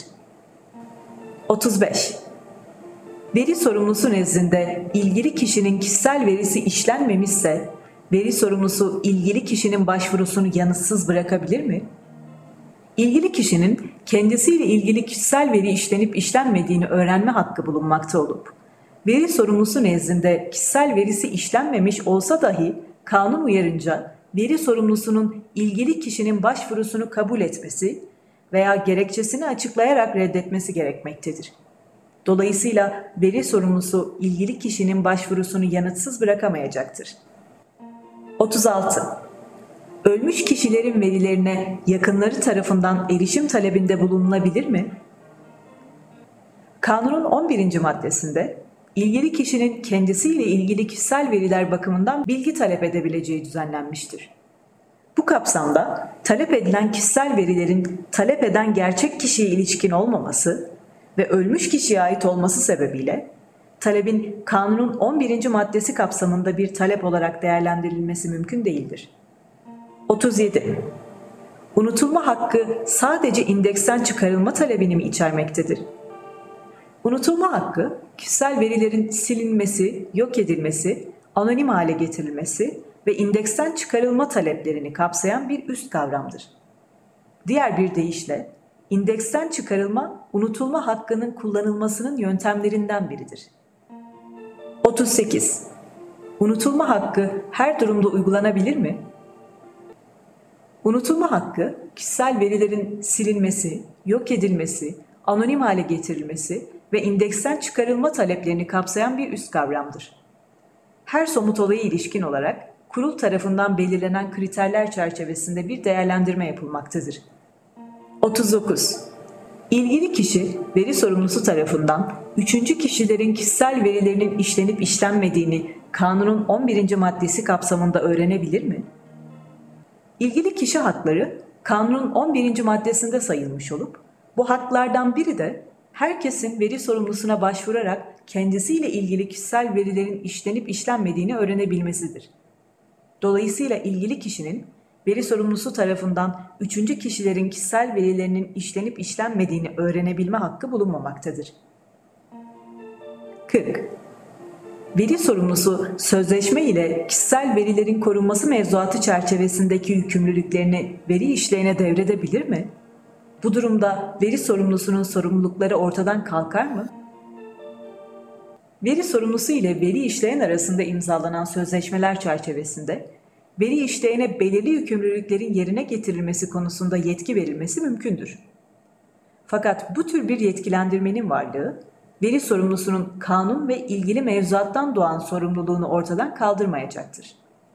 35. Veri sorumlusu nezdinde ilgili kişinin kişisel verisi işlenmemişse, veri sorumlusu ilgili kişinin başvurusunu yanıtsız bırakabilir mi? İlgili kişinin kendisiyle ilgili kişisel veri işlenip işlenmediğini öğrenme hakkı bulunmakta olup, veri sorumlusu nezdinde kişisel verisi işlenmemiş olsa dahi kanun uyarınca veri sorumlusunun ilgili kişinin başvurusunu kabul etmesi veya gerekçesini açıklayarak reddetmesi gerekmektedir. Dolayısıyla veri sorumlusu ilgili kişinin başvurusunu yanıtsız bırakamayacaktır. 36. Ölmüş kişilerin verilerine yakınları tarafından erişim talebinde bulunulabilir mi? Kanunun 11. maddesinde ilgili kişinin kendisiyle ilgili kişisel veriler bakımından bilgi talep edebileceği düzenlenmiştir. Bu kapsamda talep edilen kişisel verilerin talep eden gerçek kişiye ilişkin olmaması ve ölmüş kişiye ait olması sebebiyle talebin kanunun 11. maddesi kapsamında bir talep olarak değerlendirilmesi mümkün değildir. 37. Unutulma hakkı sadece indeksten çıkarılma talebini mi içermektedir? Unutulma hakkı, kişisel verilerin silinmesi, yok edilmesi, anonim hale getirilmesi ve indeksten çıkarılma taleplerini kapsayan bir üst kavramdır. Diğer bir deyişle, indeksten çıkarılma, unutulma hakkının kullanılmasının yöntemlerinden biridir. 38. Unutulma hakkı her durumda uygulanabilir mi? Unutulma hakkı, kişisel verilerin silinmesi, yok edilmesi, anonim hale getirilmesi ve indeksten çıkarılma taleplerini kapsayan bir üst kavramdır. Her somut olaya ilişkin olarak kurul tarafından belirlenen kriterler çerçevesinde bir değerlendirme yapılmaktadır. 39. İlgili kişi, veri sorumlusu tarafından üçüncü kişilerin kişisel verilerinin işlenip işlenmediğini kanunun 11. maddesi kapsamında öğrenebilir mi? İlgili kişi hakları kanunun 11. maddesinde sayılmış olup, bu haklardan biri de herkesin veri sorumlusuna başvurarak kendisiyle ilgili kişisel verilerin işlenip işlenmediğini öğrenebilmesidir. Dolayısıyla ilgili kişinin veri sorumlusu tarafından üçüncü kişilerin kişisel verilerinin işlenip işlenmediğini öğrenebilme hakkı bulunmamaktadır. 40. Veri sorumlusu sözleşme ile kişisel verilerin korunması mevzuatı çerçevesindeki yükümlülüklerini veri işleyene devredebilir mi? Bu durumda veri sorumlusunun sorumlulukları ortadan kalkar mı? Veri sorumlusu ile veri işleyen arasında imzalanan sözleşmeler çerçevesinde veri işleyene belirli yükümlülüklerin yerine getirilmesi konusunda yetki verilmesi mümkündür. Fakat bu tür bir yetkilendirmenin varlığı, veri sorumlusunun kanun ve ilgili mevzuattan doğan sorumluluğunu ortadan kaldırmayacaktır.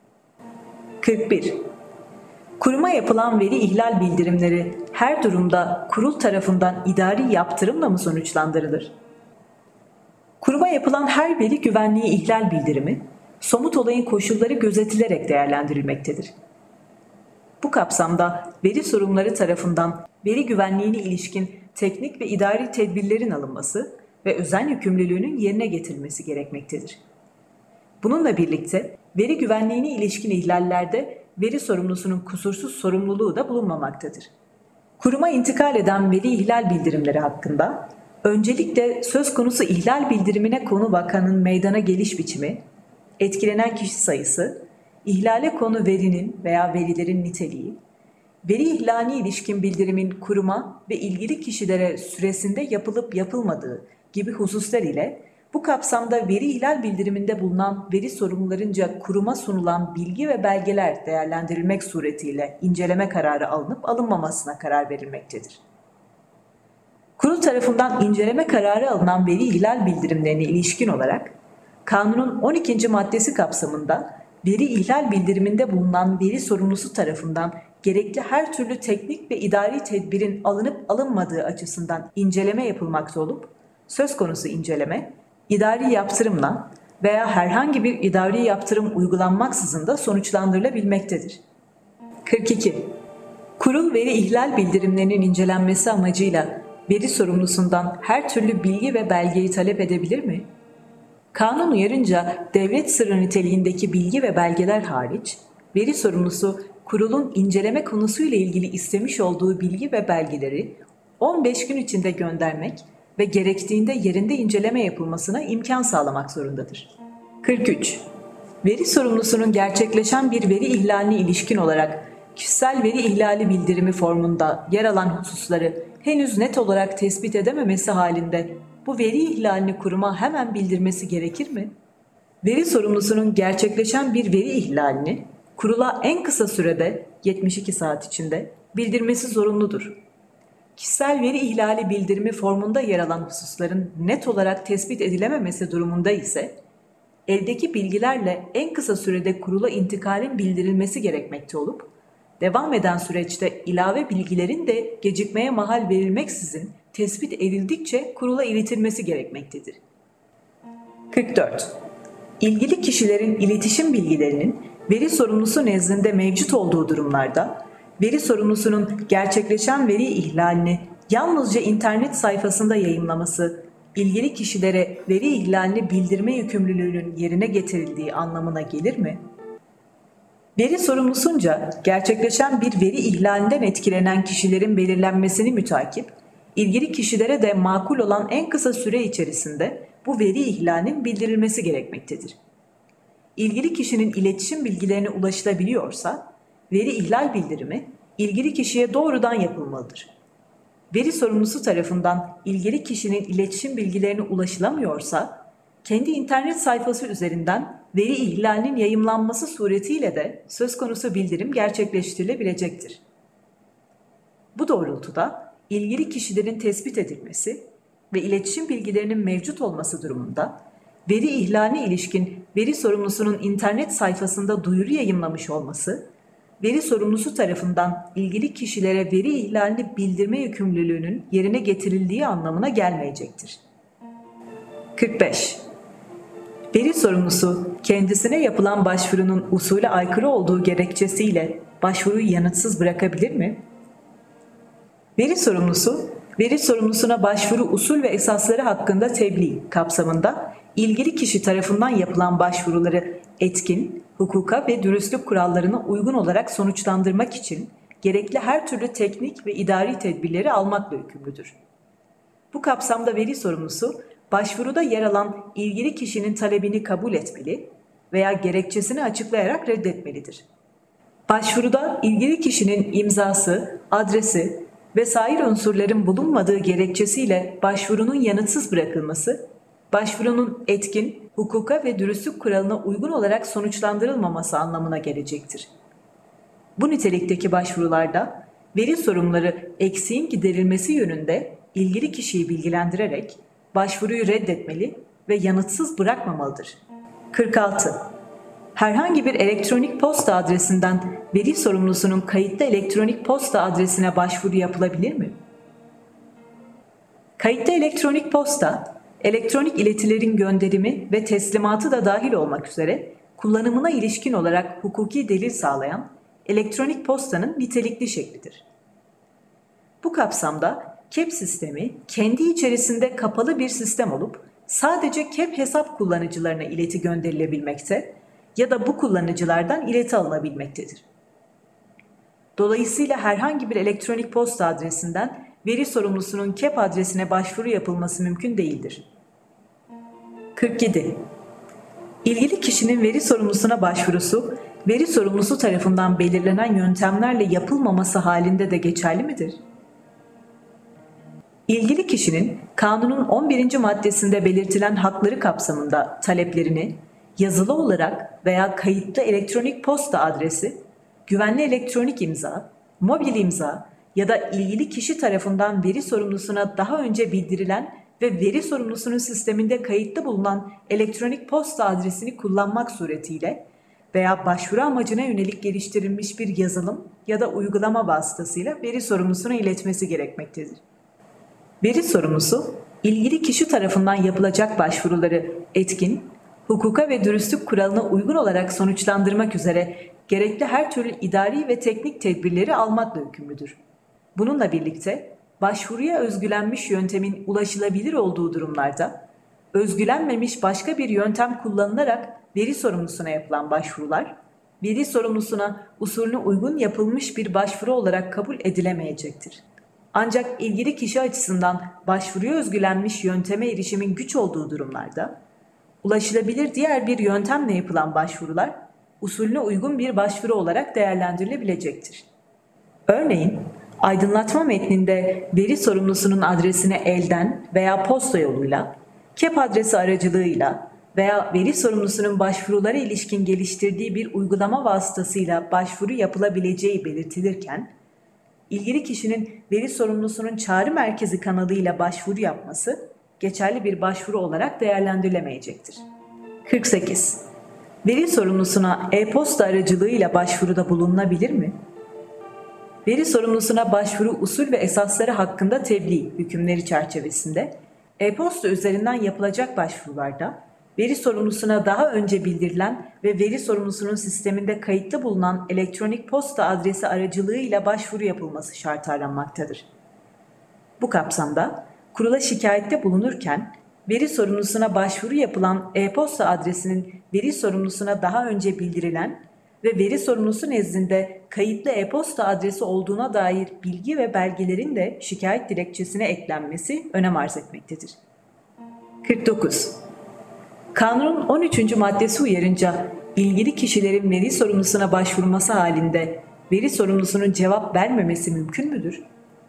41. Kuruma yapılan veri ihlal bildirimleri her durumda kurul tarafından idari yaptırımla mı sonuçlandırılır? Kuruma yapılan her veri güvenliği ihlal bildirimi, somut olayın koşulları gözetilerek değerlendirilmektedir. Bu kapsamda veri sorumluları tarafından veri güvenliğine ilişkin teknik ve idari tedbirlerin alınması ve özen yükümlülüğünün yerine getirilmesi gerekmektedir. Bununla birlikte veri güvenliğine ilişkin ihlallerde veri sorumlusunun kusursuz sorumluluğu da bulunmamaktadır. Kuruma intikal eden veri ihlal bildirimleri hakkında öncelikle söz konusu ihlal bildirimine konu vakanın meydana geliş biçimi, etkilenen kişi sayısı, ihlale konu verinin veya verilerin niteliği, veri ihlaline ilişkin bildirimin kuruma ve ilgili kişilere süresinde yapılıp yapılmadığı gibi hususlar ile bu kapsamda veri ihlal bildiriminde bulunan veri sorumlularınca kuruma sunulan bilgi ve belgeler değerlendirilmek suretiyle inceleme kararı alınıp alınmamasına karar verilmektedir. Kurul tarafından inceleme kararı alınan veri ihlal bildirimlerine ilişkin olarak Kanunun 12. maddesi kapsamında veri ihlal bildiriminde bulunan veri sorumlusu tarafından gerekli her türlü teknik ve idari tedbirin alınıp alınmadığı açısından inceleme yapılmakta olup, söz konusu inceleme, idari yaptırımla veya herhangi bir idari yaptırım uygulanmaksızın da sonuçlandırılabilmektedir. 42. Kurul veri ihlal bildirimlerinin incelenmesi amacıyla veri sorumlusundan her türlü bilgi ve belgeyi talep edebilir mi? Kanun uyarınca devlet sırrı niteliğindeki bilgi ve belgeler hariç, veri sorumlusu kurulun inceleme konusuyla ilgili istemiş olduğu bilgi ve belgeleri 15 gün içinde göndermek ve gerektiğinde yerinde inceleme yapılmasına imkan sağlamak zorundadır. 43. Veri sorumlusunun gerçekleşen bir veri ihlaline ilişkin olarak kişisel veri ihlali bildirimi formunda yer alan hususları henüz net olarak tespit edememesi halinde bu veri ihlalini kuruma hemen bildirmesi gerekir mi? Veri sorumlusunun gerçekleşen bir veri ihlalini kurula en kısa sürede 72 saat içinde bildirmesi zorunludur. Kişisel veri ihlali bildirimi formunda yer alan hususların net olarak tespit edilememesi durumunda ise eldeki bilgilerle en kısa sürede kurula intikalin bildirilmesi gerekmekte olup, devam eden süreçte ilave bilgilerin de gecikmeye mahal verilmeksizin tespit edildikçe kurula iletilmesi gerekmektedir. 44. İlgili kişilerin iletişim bilgilerinin veri sorumlusu nezdinde mevcut olduğu durumlarda, veri sorumlusunun gerçekleşen veri ihlalini yalnızca internet sayfasında yayımlaması, ilgili kişilere veri ihlalini bildirme yükümlülüğünün yerine getirildiği anlamına gelir mi? Veri sorumlusunca gerçekleşen bir veri ihlalinden etkilenen kişilerin belirlenmesini mütakip, ilgili kişilere de makul olan en kısa süre içerisinde bu veri ihlalinin bildirilmesi gerekmektedir. İlgili kişinin iletişim bilgilerine ulaşılabiliyorsa, veri ihlal bildirimi ilgili kişiye doğrudan yapılmalıdır. Veri sorumlusu tarafından ilgili kişinin iletişim bilgilerine ulaşılamıyorsa, kendi internet sayfası üzerinden veri ihlalinin yayımlanması suretiyle de söz konusu bildirim gerçekleştirilebilecektir. Bu doğrultuda ilgili kişilerin tespit edilmesi ve iletişim bilgilerinin mevcut olması durumunda veri ihlaline ilişkin veri sorumlusunun internet sayfasında duyuru yayımlamış olması, veri sorumlusu tarafından ilgili kişilere veri ihlalini bildirme yükümlülüğünün yerine getirildiği anlamına gelmeyecektir. 45. Veri sorumlusu kendisine yapılan başvurunun usule aykırı olduğu gerekçesiyle başvuruyu yanıtsız bırakabilir mi? Veri sorumlusuna başvuru usul ve esasları hakkında tebliğ kapsamında ilgili kişi tarafından yapılan başvuruları etkin, hukuka ve dürüstlük kurallarına uygun olarak sonuçlandırmak için gerekli her türlü teknik ve idari tedbirleri almakla yükümlüdür. Bu kapsamda veri sorumlusu, başvuruda yer alan ilgili kişinin talebini kabul etmeli veya gerekçesini açıklayarak reddetmelidir. Başvuruda ilgili kişinin imzası, adresi vesaire unsurların bulunmadığı gerekçesiyle başvurunun yanıtsız bırakılması, başvurunun etkin, hukuka ve dürüstlük kuralına uygun olarak sonuçlandırılmaması anlamına gelecektir. Bu nitelikteki başvurularda veri sorumluları eksiğin giderilmesi yönünde ilgili kişiyi bilgilendirerek başvuruyu reddetmeli ve yanıtsız bırakmamalıdır. 46. Herhangi bir elektronik posta adresinden veri sorumlusunun kayıtlı elektronik posta adresine başvuru yapılabilir mi? Kayıtlı elektronik posta, elektronik iletilerin gönderimi ve teslimatı da dahil olmak üzere kullanımına ilişkin olarak hukuki delil sağlayan elektronik postanın nitelikli şeklidir. Bu kapsamda KEP sistemi kendi içerisinde kapalı bir sistem olup sadece KEP hesap kullanıcılarına ileti gönderilebilmekte ya da bu kullanıcılardan ileti alınabilmektedir. Dolayısıyla herhangi bir elektronik posta adresinden veri sorumlusunun KEP adresine başvuru yapılması mümkün değildir. 47. İlgili kişinin veri sorumlusuna başvurusu, veri sorumlusu tarafından belirlenen yöntemlerle yapılmaması halinde de geçerli midir? İlgili kişinin kanunun 11. maddesinde belirtilen hakları kapsamında taleplerini yazılı olarak veya kayıtlı elektronik posta adresi, güvenli elektronik imza, mobil imza ya da ilgili kişi tarafından veri sorumlusuna daha önce bildirilen ve veri sorumlusunun sisteminde kayıtlı bulunan elektronik posta adresini kullanmak suretiyle veya başvuru amacına yönelik geliştirilmiş bir yazılım ya da uygulama vasıtasıyla veri sorumlusuna iletmesi gerekmektedir. Veri sorumlusu, ilgili kişi tarafından yapılacak başvuruları etkin, hukuka ve dürüstlük kuralına uygun olarak sonuçlandırmak üzere gerekli her türlü idari ve teknik tedbirleri almakla yükümlüdür. Bununla birlikte başvuruya özgülenmiş yöntemin ulaşılabilir olduğu durumlarda, özgülenmemiş başka bir yöntem kullanılarak veri sorumlusuna yapılan başvurular, veri sorumlusuna usulüne uygun yapılmış bir başvuru olarak kabul edilemeyecektir. Ancak ilgili kişi açısından başvuruya özgülenmiş yönteme erişimin güç olduğu durumlarda, ulaşılabilir diğer bir yöntemle yapılan başvurular, usulüne uygun bir başvuru olarak değerlendirilebilecektir. Örneğin, aydınlatma metninde veri sorumlusunun adresine elden veya posta yoluyla, KEP adresi aracılığıyla veya veri sorumlusunun başvurulara ilişkin geliştirdiği bir uygulama vasıtasıyla başvuru yapılabileceği belirtilirken, ilgili kişinin veri sorumlusunun çağrı merkezi kanalıyla başvuru yapması geçerli bir başvuru olarak değerlendirilemeyecektir. 48. Veri sorumlusuna e-posta aracılığıyla başvuruda bulunulabilir mi? Veri sorumlusuna başvuru usul ve esasları hakkında tebliğ hükümleri çerçevesinde e-posta üzerinden yapılacak başvurularda veri sorumlusuna daha önce bildirilen ve veri sorumlusunun sisteminde kayıtlı bulunan elektronik posta adresi aracılığıyla başvuru yapılması şartı aranmaktadır. Bu kapsamda kurula şikayette bulunurken veri sorumlusuna başvuru yapılan e-posta adresinin veri sorumlusuna daha önce bildirilen ve veri sorumlusu nezdinde kayıtlı e-posta adresi olduğuna dair bilgi ve belgelerin de şikayet dilekçesine eklenmesi önem arz etmektedir. 49. Kanunun 13. maddesi uyarınca ilgili kişilerin veri sorumlusuna başvurması halinde veri sorumlusunun cevap vermemesi mümkün müdür?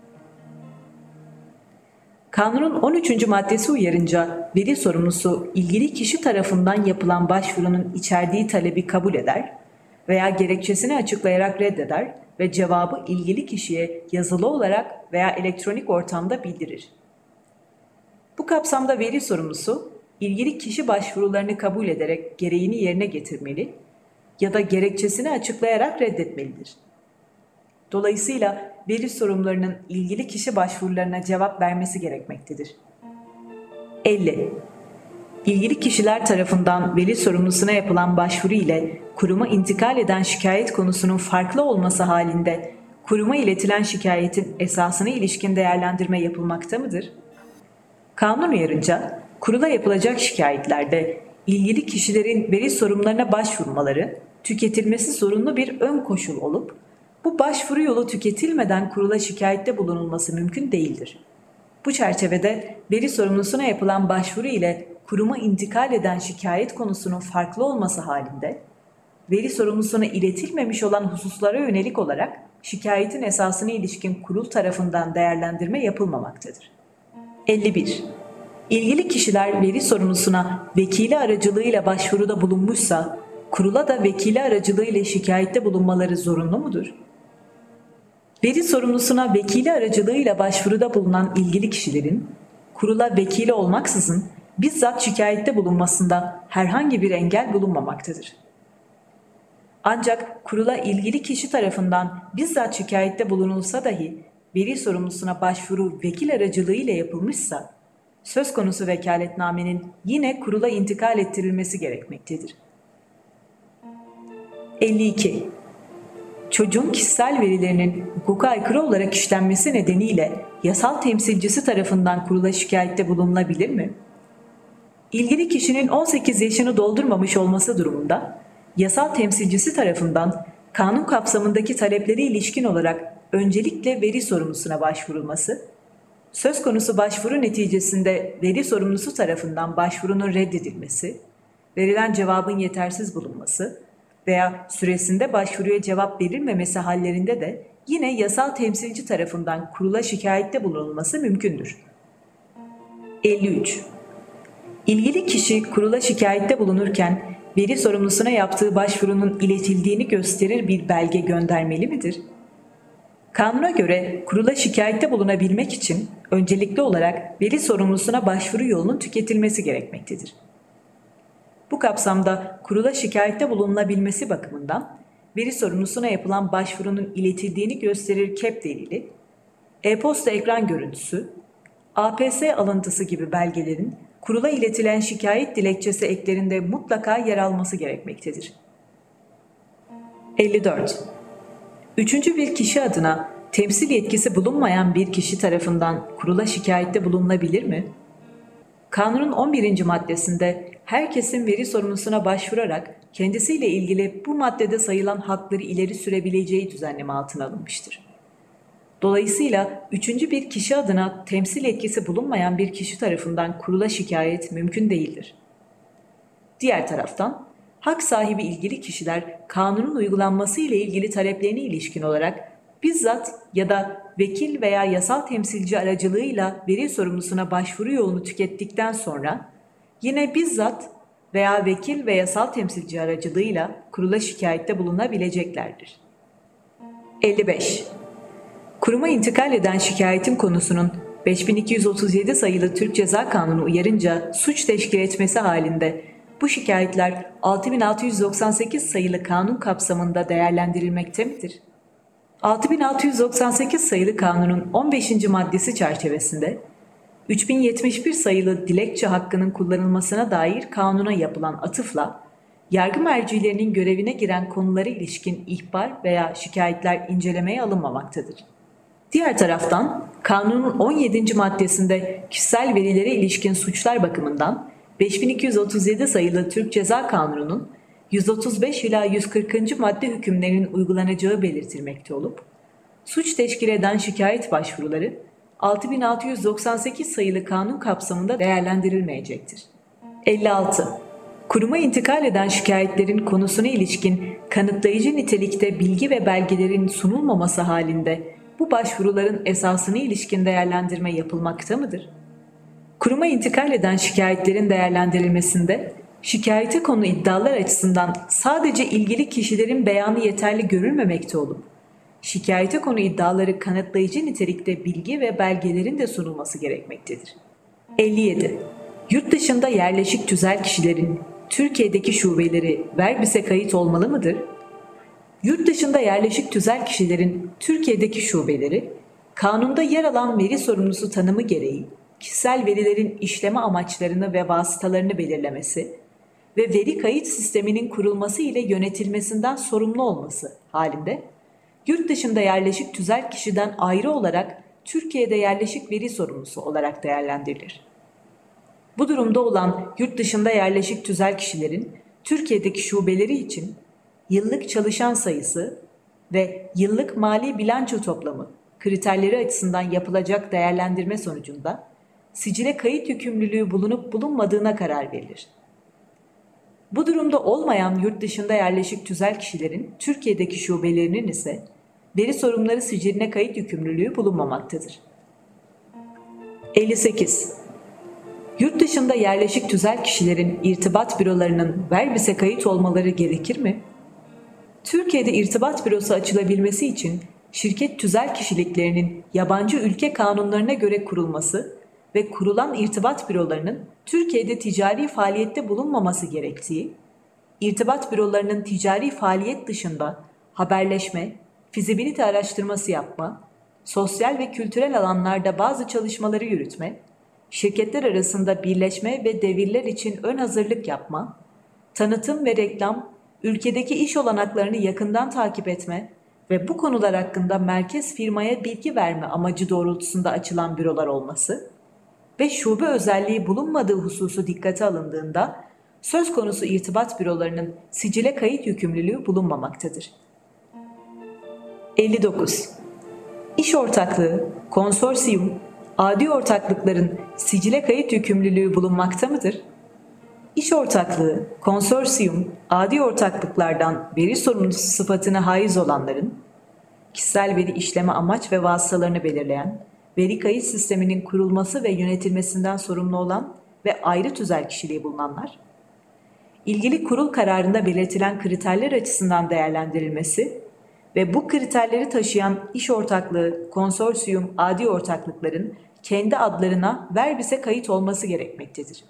Kanunun 13. maddesi uyarınca veri sorumlusu ilgili kişi tarafından yapılan başvurunun içerdiği talebi kabul eder veya gerekçesini açıklayarak reddeder ve cevabı ilgili kişiye yazılı olarak veya elektronik ortamda bildirir. Bu kapsamda veri sorumlusu ilgili kişi başvurularını kabul ederek gereğini yerine getirmeli ya da gerekçesini açıklayarak reddetmelidir. Dolayısıyla veri sorumlularının ilgili kişi başvurularına cevap vermesi gerekmektedir. 50. İlgili kişiler tarafından veri sorumlusuna yapılan başvuru ile kuruma intikal eden şikayet konusunun farklı olması halinde kuruma iletilen şikayetin esasına ilişkin değerlendirme yapılmakta mıdır? Kanun uyarınca kurula yapılacak şikayetlerde ilgili kişilerin veri sorumlularına başvurmaları tüketilmesi zorunlu bir ön koşul olup bu başvuru yolu tüketilmeden kurula şikayette bulunulması mümkün değildir. Bu çerçevede veri sorumlusuna yapılan başvuru ile kuruma intikal eden şikayet konusunun farklı olması halinde veri sorumlusuna iletilmemiş olan hususlara yönelik olarak şikayetin esasına ilişkin kurul tarafından değerlendirme yapılmamaktadır. 51. İlgili kişiler veri sorumlusuna vekili aracılığıyla başvuruda bulunmuşsa kurula da vekili aracılığıyla şikayette bulunmaları zorunlu mudur? Veri sorumlusuna vekili aracılığıyla başvuruda bulunan ilgili kişilerin kurula vekili olmaksızın bizzat şikayette bulunmasında herhangi bir engel bulunmamaktadır. Ancak kurula ilgili kişi tarafından bizzat şikayette bulunulsa dahi veri sorumlusuna başvuru vekil aracılığıyla yapılmışsa, söz konusu vekaletnamenin yine kurula intikal ettirilmesi gerekmektedir. 52. Çocuğun kişisel verilerinin hukuka aykırı olarak işlenmesi nedeniyle yasal temsilcisi tarafından kurula şikayette bulunulabilir mi? İlgili kişinin 18 yaşını doldurmamış olması durumunda, yasal temsilcisi tarafından kanun kapsamındaki talepleri ilişkin olarak öncelikle veri sorumlusuna başvurulması, söz konusu başvuru neticesinde veri sorumlusu tarafından başvurunun reddedilmesi, verilen cevabın yetersiz bulunması veya süresinde başvuruya cevap verilmemesi hallerinde de yine yasal temsilci tarafından kurula şikayette bulunulması mümkündür. 53. İlgili kişi kurula şikayette bulunurken veri sorumlusuna yaptığı başvurunun iletildiğini gösterir bir belge göndermeli midir? Kanuna göre kurula şikayette bulunabilmek için öncelikli olarak veri sorumlusuna başvuru yolunun tüketilmesi gerekmektedir. Bu kapsamda kurula şikayette bulunabilmesi bakımından veri sorumlusuna yapılan başvurunun iletildiğini gösterir KEP delili, e-posta ekran görüntüsü, APS alıntısı gibi belgelerin kurula iletilen şikayet dilekçesi eklerinde mutlaka yer alması gerekmektedir. 54. Üçüncü bir kişi adına temsil yetkisi bulunmayan bir kişi tarafından kurula şikayette bulunulabilir mi? Kanunun 11. maddesinde herkesin veri sorumlusuna başvurarak kendisiyle ilgili bu maddede sayılan hakları ileri sürebileceği düzenleme altına alınmıştır. Dolayısıyla üçüncü bir kişi adına temsil yetkisi bulunmayan bir kişi tarafından kurula şikayet mümkün değildir. Diğer taraftan, hak sahibi ilgili kişiler kanunun uygulanması ile ilgili taleplerine ilişkin olarak bizzat ya da vekil veya yasal temsilci aracılığıyla veri sorumlusuna başvuru yolunu tükettikten sonra yine bizzat veya vekil ve yasal temsilci aracılığıyla kurula şikayette bulunabileceklerdir. 55. Kuruma intikal eden şikayetin konusunun 5237 sayılı Türk Ceza Kanunu uyarınca suç teşkil etmesi halinde bu şikayetler 6698 sayılı kanun kapsamında değerlendirilmekte midir? 6698 sayılı kanunun 15. maddesi çerçevesinde 3071 sayılı dilekçe hakkının kullanılmasına dair kanuna yapılan atıfla yargı mercilerinin görevine giren konulara ilişkin ihbar veya şikayetler incelemeye alınmamaktadır. Diğer taraftan kanunun 17. maddesinde kişisel verilere ilişkin suçlar bakımından 5237 sayılı Türk Ceza Kanunu'nun 135 ila 140. madde hükümlerinin uygulanacağı belirtilmekte olup, suç teşkil eden şikayet başvuruları 6698 sayılı kanun kapsamında değerlendirilmeyecektir. 56. Kuruma intikal eden şikayetlerin konusuna ilişkin kanıtlayıcı nitelikte bilgi ve belgelerin sunulmaması halinde bu başvuruların esasına ilişkin değerlendirme yapılmakta mıdır? Kuruma intikal eden şikayetlerin değerlendirilmesinde şikayete konu iddialar açısından sadece ilgili kişilerin beyanı yeterli görülmemekte olup, şikayete konu iddiaları kanıtlayıcı nitelikte bilgi ve belgelerin de sunulması gerekmektedir. 57. Yurt dışında yerleşik tüzel kişilerin Türkiye'deki şubeleri Verbis'e kayıt olmalı mıdır? Yurt dışında yerleşik tüzel kişilerin Türkiye'deki şubeleri, kanunda yer alan veri sorumlusu tanımı gereği kişisel verilerin işleme amaçlarını ve vasıtalarını belirlemesi ve veri kayıt sisteminin kurulması ile yönetilmesinden sorumlu olması halinde, yurt dışında yerleşik tüzel kişiden ayrı olarak Türkiye'de yerleşik veri sorumlusu olarak değerlendirilir. Bu durumda olan yurt dışında yerleşik tüzel kişilerin Türkiye'deki şubeleri için yıllık çalışan sayısı ve yıllık mali bilanço toplamı kriterleri açısından yapılacak değerlendirme sonucunda sicile kayıt yükümlülüğü bulunup bulunmadığına karar verilir. Bu durumda olmayan yurt dışında yerleşik tüzel kişilerin Türkiye'deki şubelerinin ise veri sorumluları siciline kayıt yükümlülüğü bulunmamaktadır. 58. Yurt dışında yerleşik tüzel kişilerin irtibat bürolarının Verbis'e kayıt olmaları gerekir mi? Türkiye'de irtibat bürosu açılabilmesi için şirket tüzel kişiliklerinin yabancı ülke kanunlarına göre kurulması ve kurulan irtibat bürolarının Türkiye'de ticari faaliyette bulunmaması gerektiği, irtibat bürolarının ticari faaliyet dışında haberleşme, fizibilite araştırması yapma, sosyal ve kültürel alanlarda bazı çalışmaları yürütme, şirketler arasında birleşme ve devirler için ön hazırlık yapma, tanıtım ve reklam, ülkedeki iş olanaklarını yakından takip etme ve bu konular hakkında merkez firmaya bilgi verme amacı doğrultusunda açılan bürolar olması ve şube özelliği bulunmadığı hususu dikkate alındığında söz konusu irtibat bürolarının sicile kayıt yükümlülüğü bulunmamaktadır. 59. İş ortaklığı, konsorsiyum, adi ortaklıkların sicile kayıt yükümlülüğü bulunmakta mıdır? İş ortaklığı, konsorsiyum, adi ortaklıklardan veri sorumlusu sıfatına haiz olanların, kişisel veri işleme amaç ve vasıtalarını belirleyen, veri kayıt sisteminin kurulması ve yönetilmesinden sorumlu olan ve ayrı tüzel kişiliği bulunanlar, ilgili kurul kararında belirtilen kriterler açısından değerlendirilmesi ve bu kriterleri taşıyan iş ortaklığı, konsorsiyum, adi ortaklıkların kendi adlarına verbise kayıt olması gerekmektedir.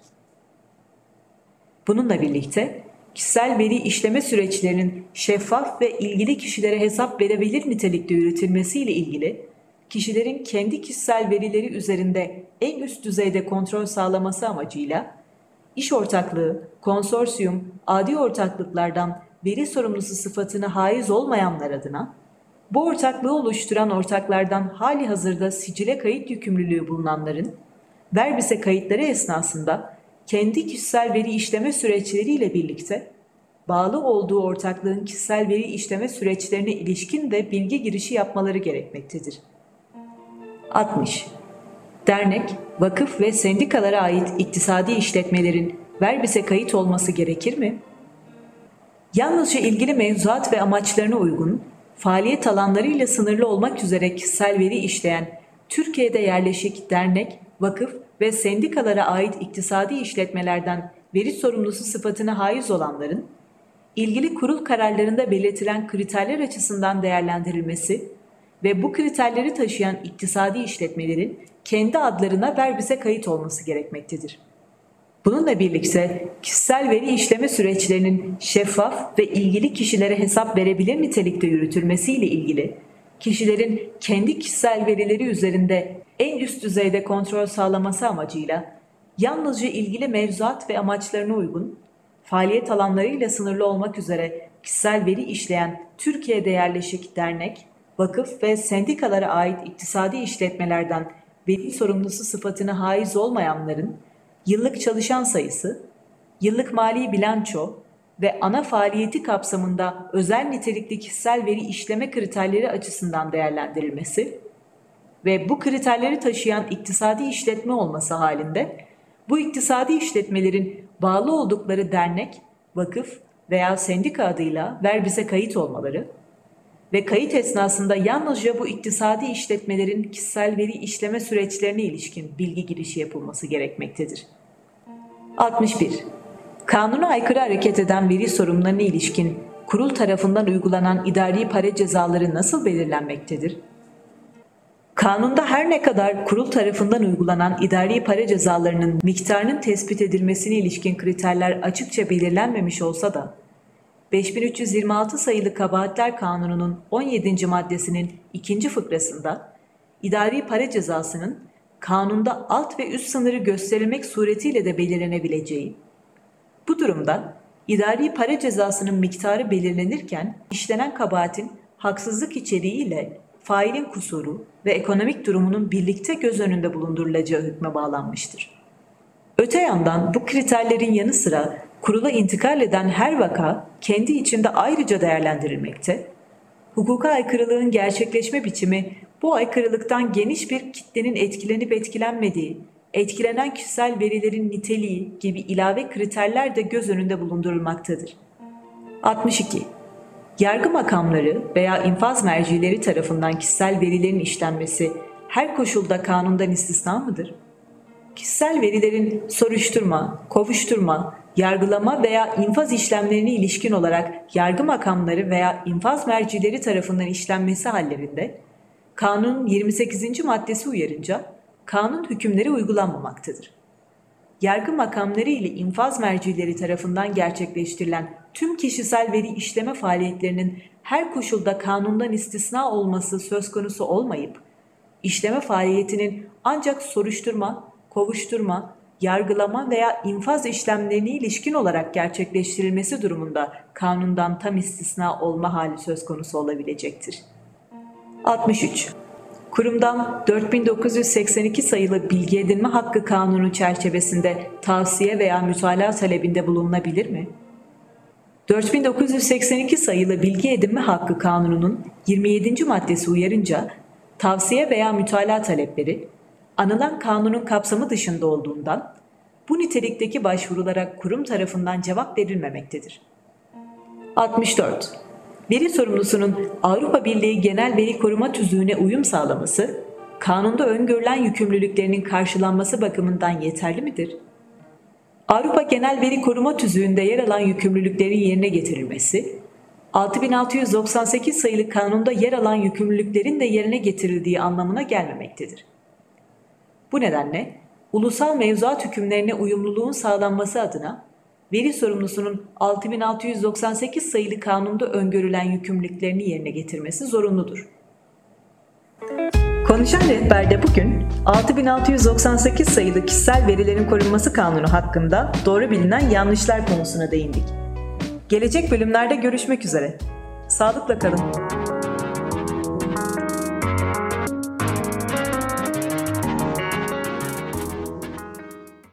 Bununla birlikte kişisel veri işleme süreçlerinin şeffaf ve ilgili kişilere hesap verebilir nitelikte yürütülmesiyle ilgili kişilerin kendi kişisel verileri üzerinde en üst düzeyde kontrol sağlaması amacıyla iş ortaklığı, konsorsiyum, adi ortaklıklardan veri sorumlusu sıfatına haiz olmayanlar adına bu ortaklığı oluşturan ortaklardan hali hazırda sicile kayıt yükümlülüğü bulunanların verbise kayıtları esnasında kendi kişisel veri işleme süreçleriyle birlikte bağlı olduğu ortaklığın kişisel veri işleme süreçlerine ilişkin de bilgi girişi yapmaları gerekmektedir. 60. Dernek, vakıf ve sendikalara ait iktisadi işletmelerin verbise kayıt olması gerekir mi? Yalnızca ilgili mevzuat ve amaçlarına uygun, faaliyet alanlarıyla sınırlı olmak üzere kişisel veri işleyen Türkiye'de yerleşik dernek, vakıf ve sendikalara ait iktisadi işletmelerden veri sorumlusu sıfatına haiz olanların, ilgili kurul kararlarında belirtilen kriterler açısından değerlendirilmesi ve bu kriterleri taşıyan iktisadi işletmelerin kendi adlarına verbise kayıt olması gerekmektedir. Bununla birlikte kişisel veri işleme süreçlerinin şeffaf ve ilgili kişilere hesap verebilir nitelikte yürütülmesiyle ilgili kişilerin kendi kişisel verileri üzerinde en üst düzeyde kontrol sağlaması amacıyla yalnızca ilgili mevzuat ve amaçlarına uygun, faaliyet alanlarıyla sınırlı olmak üzere kişisel veri işleyen Türkiye'de yerleşik dernek, vakıf ve sendikalara ait iktisadi işletmelerden veri sorumlusu sıfatına haiz olmayanların yıllık çalışan sayısı, yıllık mali bilanço ve ana faaliyeti kapsamında özel nitelikli kişisel veri işleme kriterleri açısından değerlendirilmesi ve bu kriterleri taşıyan iktisadi işletme olması halinde bu iktisadi işletmelerin bağlı oldukları dernek, vakıf veya sendika adıyla verbise kayıt olmaları ve kayıt esnasında yalnızca bu iktisadi işletmelerin kişisel veri işleme süreçlerine ilişkin bilgi girişi yapılması gerekmektedir. 61. Kanuna aykırı hareket eden veri sorunlarına ilişkin kurul tarafından uygulanan idari para cezaları nasıl belirlenmektedir? Kanunda her ne kadar kurul tarafından uygulanan idari para cezalarının miktarının tespit edilmesine ilişkin kriterler açıkça belirlenmemiş olsa da, 5326 sayılı Kabahatler Kanunu'nun 17. maddesinin 2. fıkrasında idari para cezasının kanunda alt ve üst sınırı gösterilmek suretiyle de belirlenebileceği, bu durumda idari para cezasının miktarı belirlenirken işlenen kabahatin haksızlık içeriğiyle failin kusuru ve ekonomik durumunun birlikte göz önünde bulundurulacağı hükme bağlanmıştır. Öte yandan bu kriterlerin yanı sıra kurula intikal eden her vaka kendi içinde ayrıca değerlendirilmekte, hukuka aykırılığın gerçekleşme biçimi bu aykırılıktan geniş bir kitlenin etkilenip etkilenmediği, etkilenen kişisel verilerin niteliği gibi ilave kriterler de göz önünde bulundurulmaktadır. 62. Yargı makamları veya infaz mercileri tarafından kişisel verilerin işlenmesi her koşulda kanundan istisna mıdır? Kişisel verilerin soruşturma, kovuşturma, yargılama veya infaz işlemlerine ilişkin olarak yargı makamları veya infaz mercileri tarafından işlenmesi hallerinde, kanunun 28. maddesi uyarınca kanun hükümleri uygulanmamaktadır. Yargı makamları ile infaz mercileri tarafından gerçekleştirilen tüm kişisel veri işleme faaliyetlerinin her koşulda kanundan istisna olması söz konusu olmayıp, işleme faaliyetinin ancak soruşturma, kovuşturma, yargılama veya infaz işlemlerine ilişkin olarak gerçekleştirilmesi durumunda kanundan tam istisna olma hali söz konusu olabilecektir. 63. Kurumdan 4982 sayılı bilgi edinme hakkı kanunu çerçevesinde tavsiye veya mütalaa talebinde bulunulabilir mi? 4982 sayılı bilgi edinme hakkı kanununun 27. maddesi uyarınca tavsiye veya mütalaa talepleri anılan kanunun kapsamı dışında olduğundan bu nitelikteki başvurulara kurum tarafından cevap verilmemektedir. 64. Veri sorumlusunun Avrupa Birliği Genel Veri Koruma Tüzüğü'ne uyum sağlaması, kanunda öngörülen yükümlülüklerinin karşılanması bakımından yeterli midir? Avrupa Genel Veri Koruma Tüzüğü'nde yer alan yükümlülüklerin yerine getirilmesi, 6698 sayılı kanunda yer alan yükümlülüklerin de yerine getirildiği anlamına gelmemektedir. Bu nedenle ulusal mevzuat hükümlerine uyumluluğun sağlanması adına veri sorumlusunun 6698 sayılı kanunda öngörülen yükümlülüklerini yerine getirmesi zorunludur. Konuşan Rehber'de bugün 6698 sayılı kişisel verilerin korunması kanunu hakkında doğru bilinen yanlışlar konusuna değindik. Gelecek bölümlerde görüşmek üzere. Sağlıkla kalın.